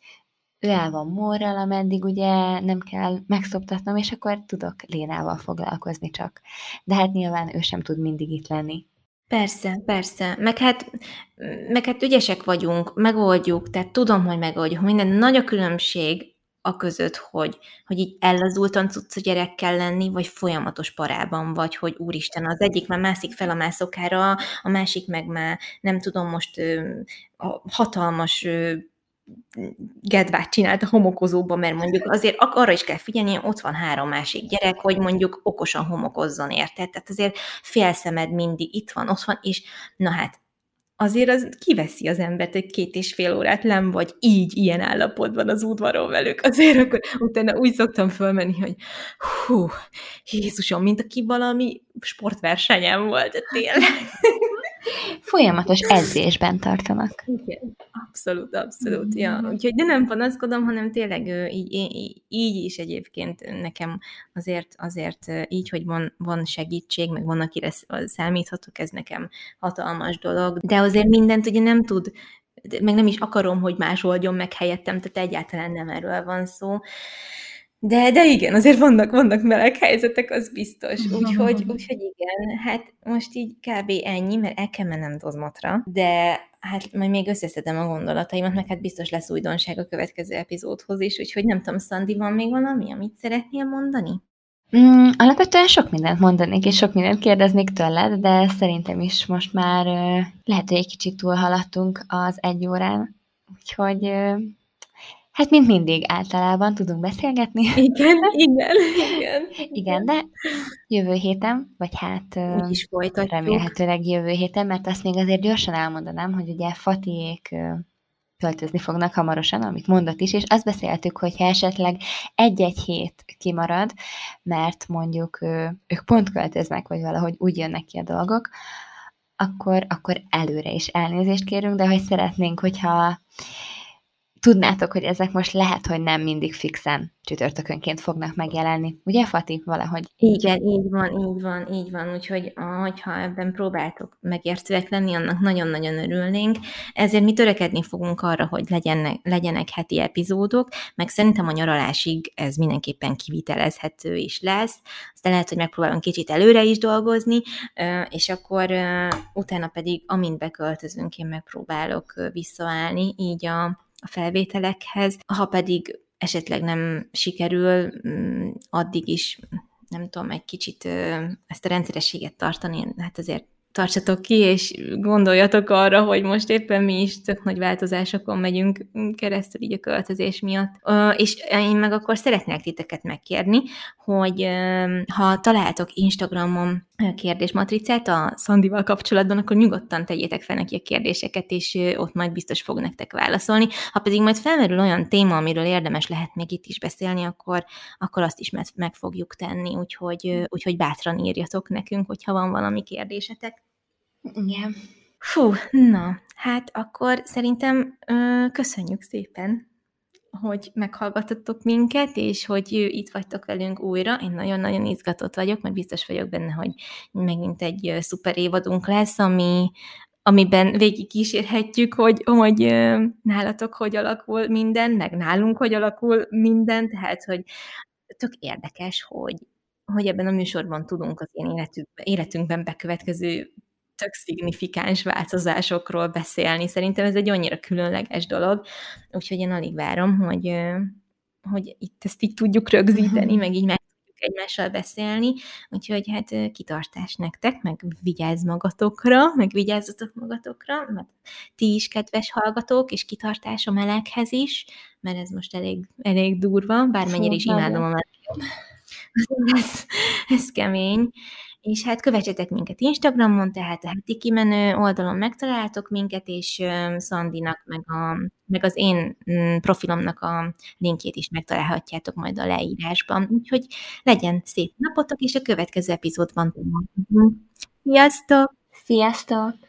ő el van Morral, ameddig ugye nem kell megszoptatnom, és akkor tudok Lénával foglalkozni csak. De hát nyilván ő sem tud mindig itt lenni. Persze, persze. Meg hát, meg hát ügyesek vagyunk, megoldjuk, tehát tudom, hogy megoldjuk. Minden nagy a különbség a között, hogy, hogy így ellazultan tudsz a gyerekkel lenni, vagy folyamatos parában vagy, hogy úristen, az egyik már mászik fel a mászokára, a másik meg már nem tudom most a hatalmas gedvát csinált a homokozóba, mert mondjuk azért arra is kell figyelni, ott van három másik gyerek, hogy mondjuk okosan homokozzon, érted? Tehát azért félszemed mindig itt van, ott van, és na hát, azért az kiveszi az embert, hogy két és fél órát nem vagy így, ilyen állapotban az udvaron velük. Azért akkor utána úgy szoktam fölmenni, hogy hú, Jézusom, mint aki valami sportversenyen volt, de tényleg. Folyamatos edzésben tartanak. Igen, abszolút, abszolút. Ja. Úgyhogy de nem panaszkodom, hanem tényleg így, így, így is egyébként nekem azért, azért így, hogy van, van segítség, meg van, akire számíthatok, ez nekem hatalmas dolog. De azért mindent ugye nem tud, meg nem is akarom, hogy más oldjon meg helyettem, tehát egyáltalán nem erről van szó. De, de igen, azért vannak, vannak meleg helyzetek, az biztos. Úgyhogy, úgyhogy igen, hát most így kb. Ennyi, mert el kell mennem dozmatra, de hát majd még összeszedem a gondolataimat, meg hát biztos lesz újdonság a következő epizódhoz is, úgyhogy nem tudom, Szandi, van még valami, amit szeretnél mondani? Mm, alapvetően sok mindent mondanék, és sok mindent kérdeznék tőled, de szerintem is most már uh, lehet, hogy egy kicsit túlhaladtunk az egy órán, úgyhogy... Uh, Hát, mint mindig, általában tudunk beszélgetni. Igen, igen, igen. Igen, de jövő héten, vagy hát úgy is folytatjuk. Remélhetőleg jövő héten, mert azt még azért gyorsan elmondanám, hogy ugye Fatiék költözni fognak hamarosan, amit mondott is, és azt beszéltük, hogy ha esetleg egy-egy hét kimarad, mert mondjuk ők pont költöznek, vagy valahogy úgy jönnek ki a dolgok, akkor, akkor előre is elnézést kérünk, de hogy szeretnénk, hogyha tudnátok, hogy ezek most lehet, hogy nem mindig fixen csütörtökönként fognak megjelenni. Ugye, Fati? Valahogy így. Igen, így van, így van, így van. Úgyhogy ha ebben próbáltok megértőek lenni, annak nagyon-nagyon örülnénk. Ezért mi törekedni fogunk arra, hogy legyenek, legyenek heti epizódok, meg szerintem a nyaralásig ez mindenképpen kivitelezhető is lesz. Aztán lehet, hogy megpróbálunk kicsit előre is dolgozni, és akkor utána pedig, amint beköltözünk, én megpróbálok visszaállni így a a felvételekhez, ha pedig esetleg nem sikerül, addig is, nem tudom, egy kicsit ezt a rendszerességet tartani, hát azért tartsatok ki, és gondoljatok arra, hogy most éppen mi is tök nagy változásokon megyünk keresztül így a költözés miatt. És én meg akkor szeretnék titeket megkérni, hogy ha találtok Instagramon kérdésmatricát a Szandival kapcsolatban, akkor nyugodtan tegyétek fel neki a kérdéseket, és ott majd biztos fog nektek válaszolni. Ha pedig majd felmerül olyan téma, amiről érdemes lehet még itt is beszélni, akkor, akkor azt is meg fogjuk tenni, úgyhogy, úgyhogy bátran írjatok nekünk, hogyha van valami kérdésetek. Igen. Fú, na, hát akkor szerintem ö, köszönjük szépen, hogy meghallgatotok minket, és hogy itt vagytok velünk újra. Én nagyon-nagyon izgatott vagyok, mert biztos vagyok benne, hogy megint egy szuper évadunk lesz, ami, amiben végig kísérhetjük, hogy, hogy nálatok hogy alakul minden, meg nálunk hogy alakul minden, tehát, hogy tök érdekes, hogy, hogy ebben a műsorban tudunk az én életünkben, életünkben bekövetkező tök szignifikáns változásokról beszélni. Szerintem ez egy annyira különleges dolog, úgyhogy én alig várom, hogy, hogy itt ezt így tudjuk rögzíteni, meg így meg tudjuk egymással beszélni, úgyhogy hát kitartás nektek, meg vigyázz magatokra, meg vigyázzatok magatokra, meg ti is, kedves hallgatók, és kitartás a meleghez is, mert ez most elég, elég durva, bármennyire is imádom a meleget. Ez, ez kemény. És hát kövessetek minket Instagramon, tehát a heti kimenő oldalon megtaláltok minket, és Szandinak, meg, a, meg az én profilomnak a linkjét is megtalálhatjátok majd a leírásban. Úgyhogy legyen szép napotok, és a következő epizódban találkozunk. Sziasztok! Sziasztok!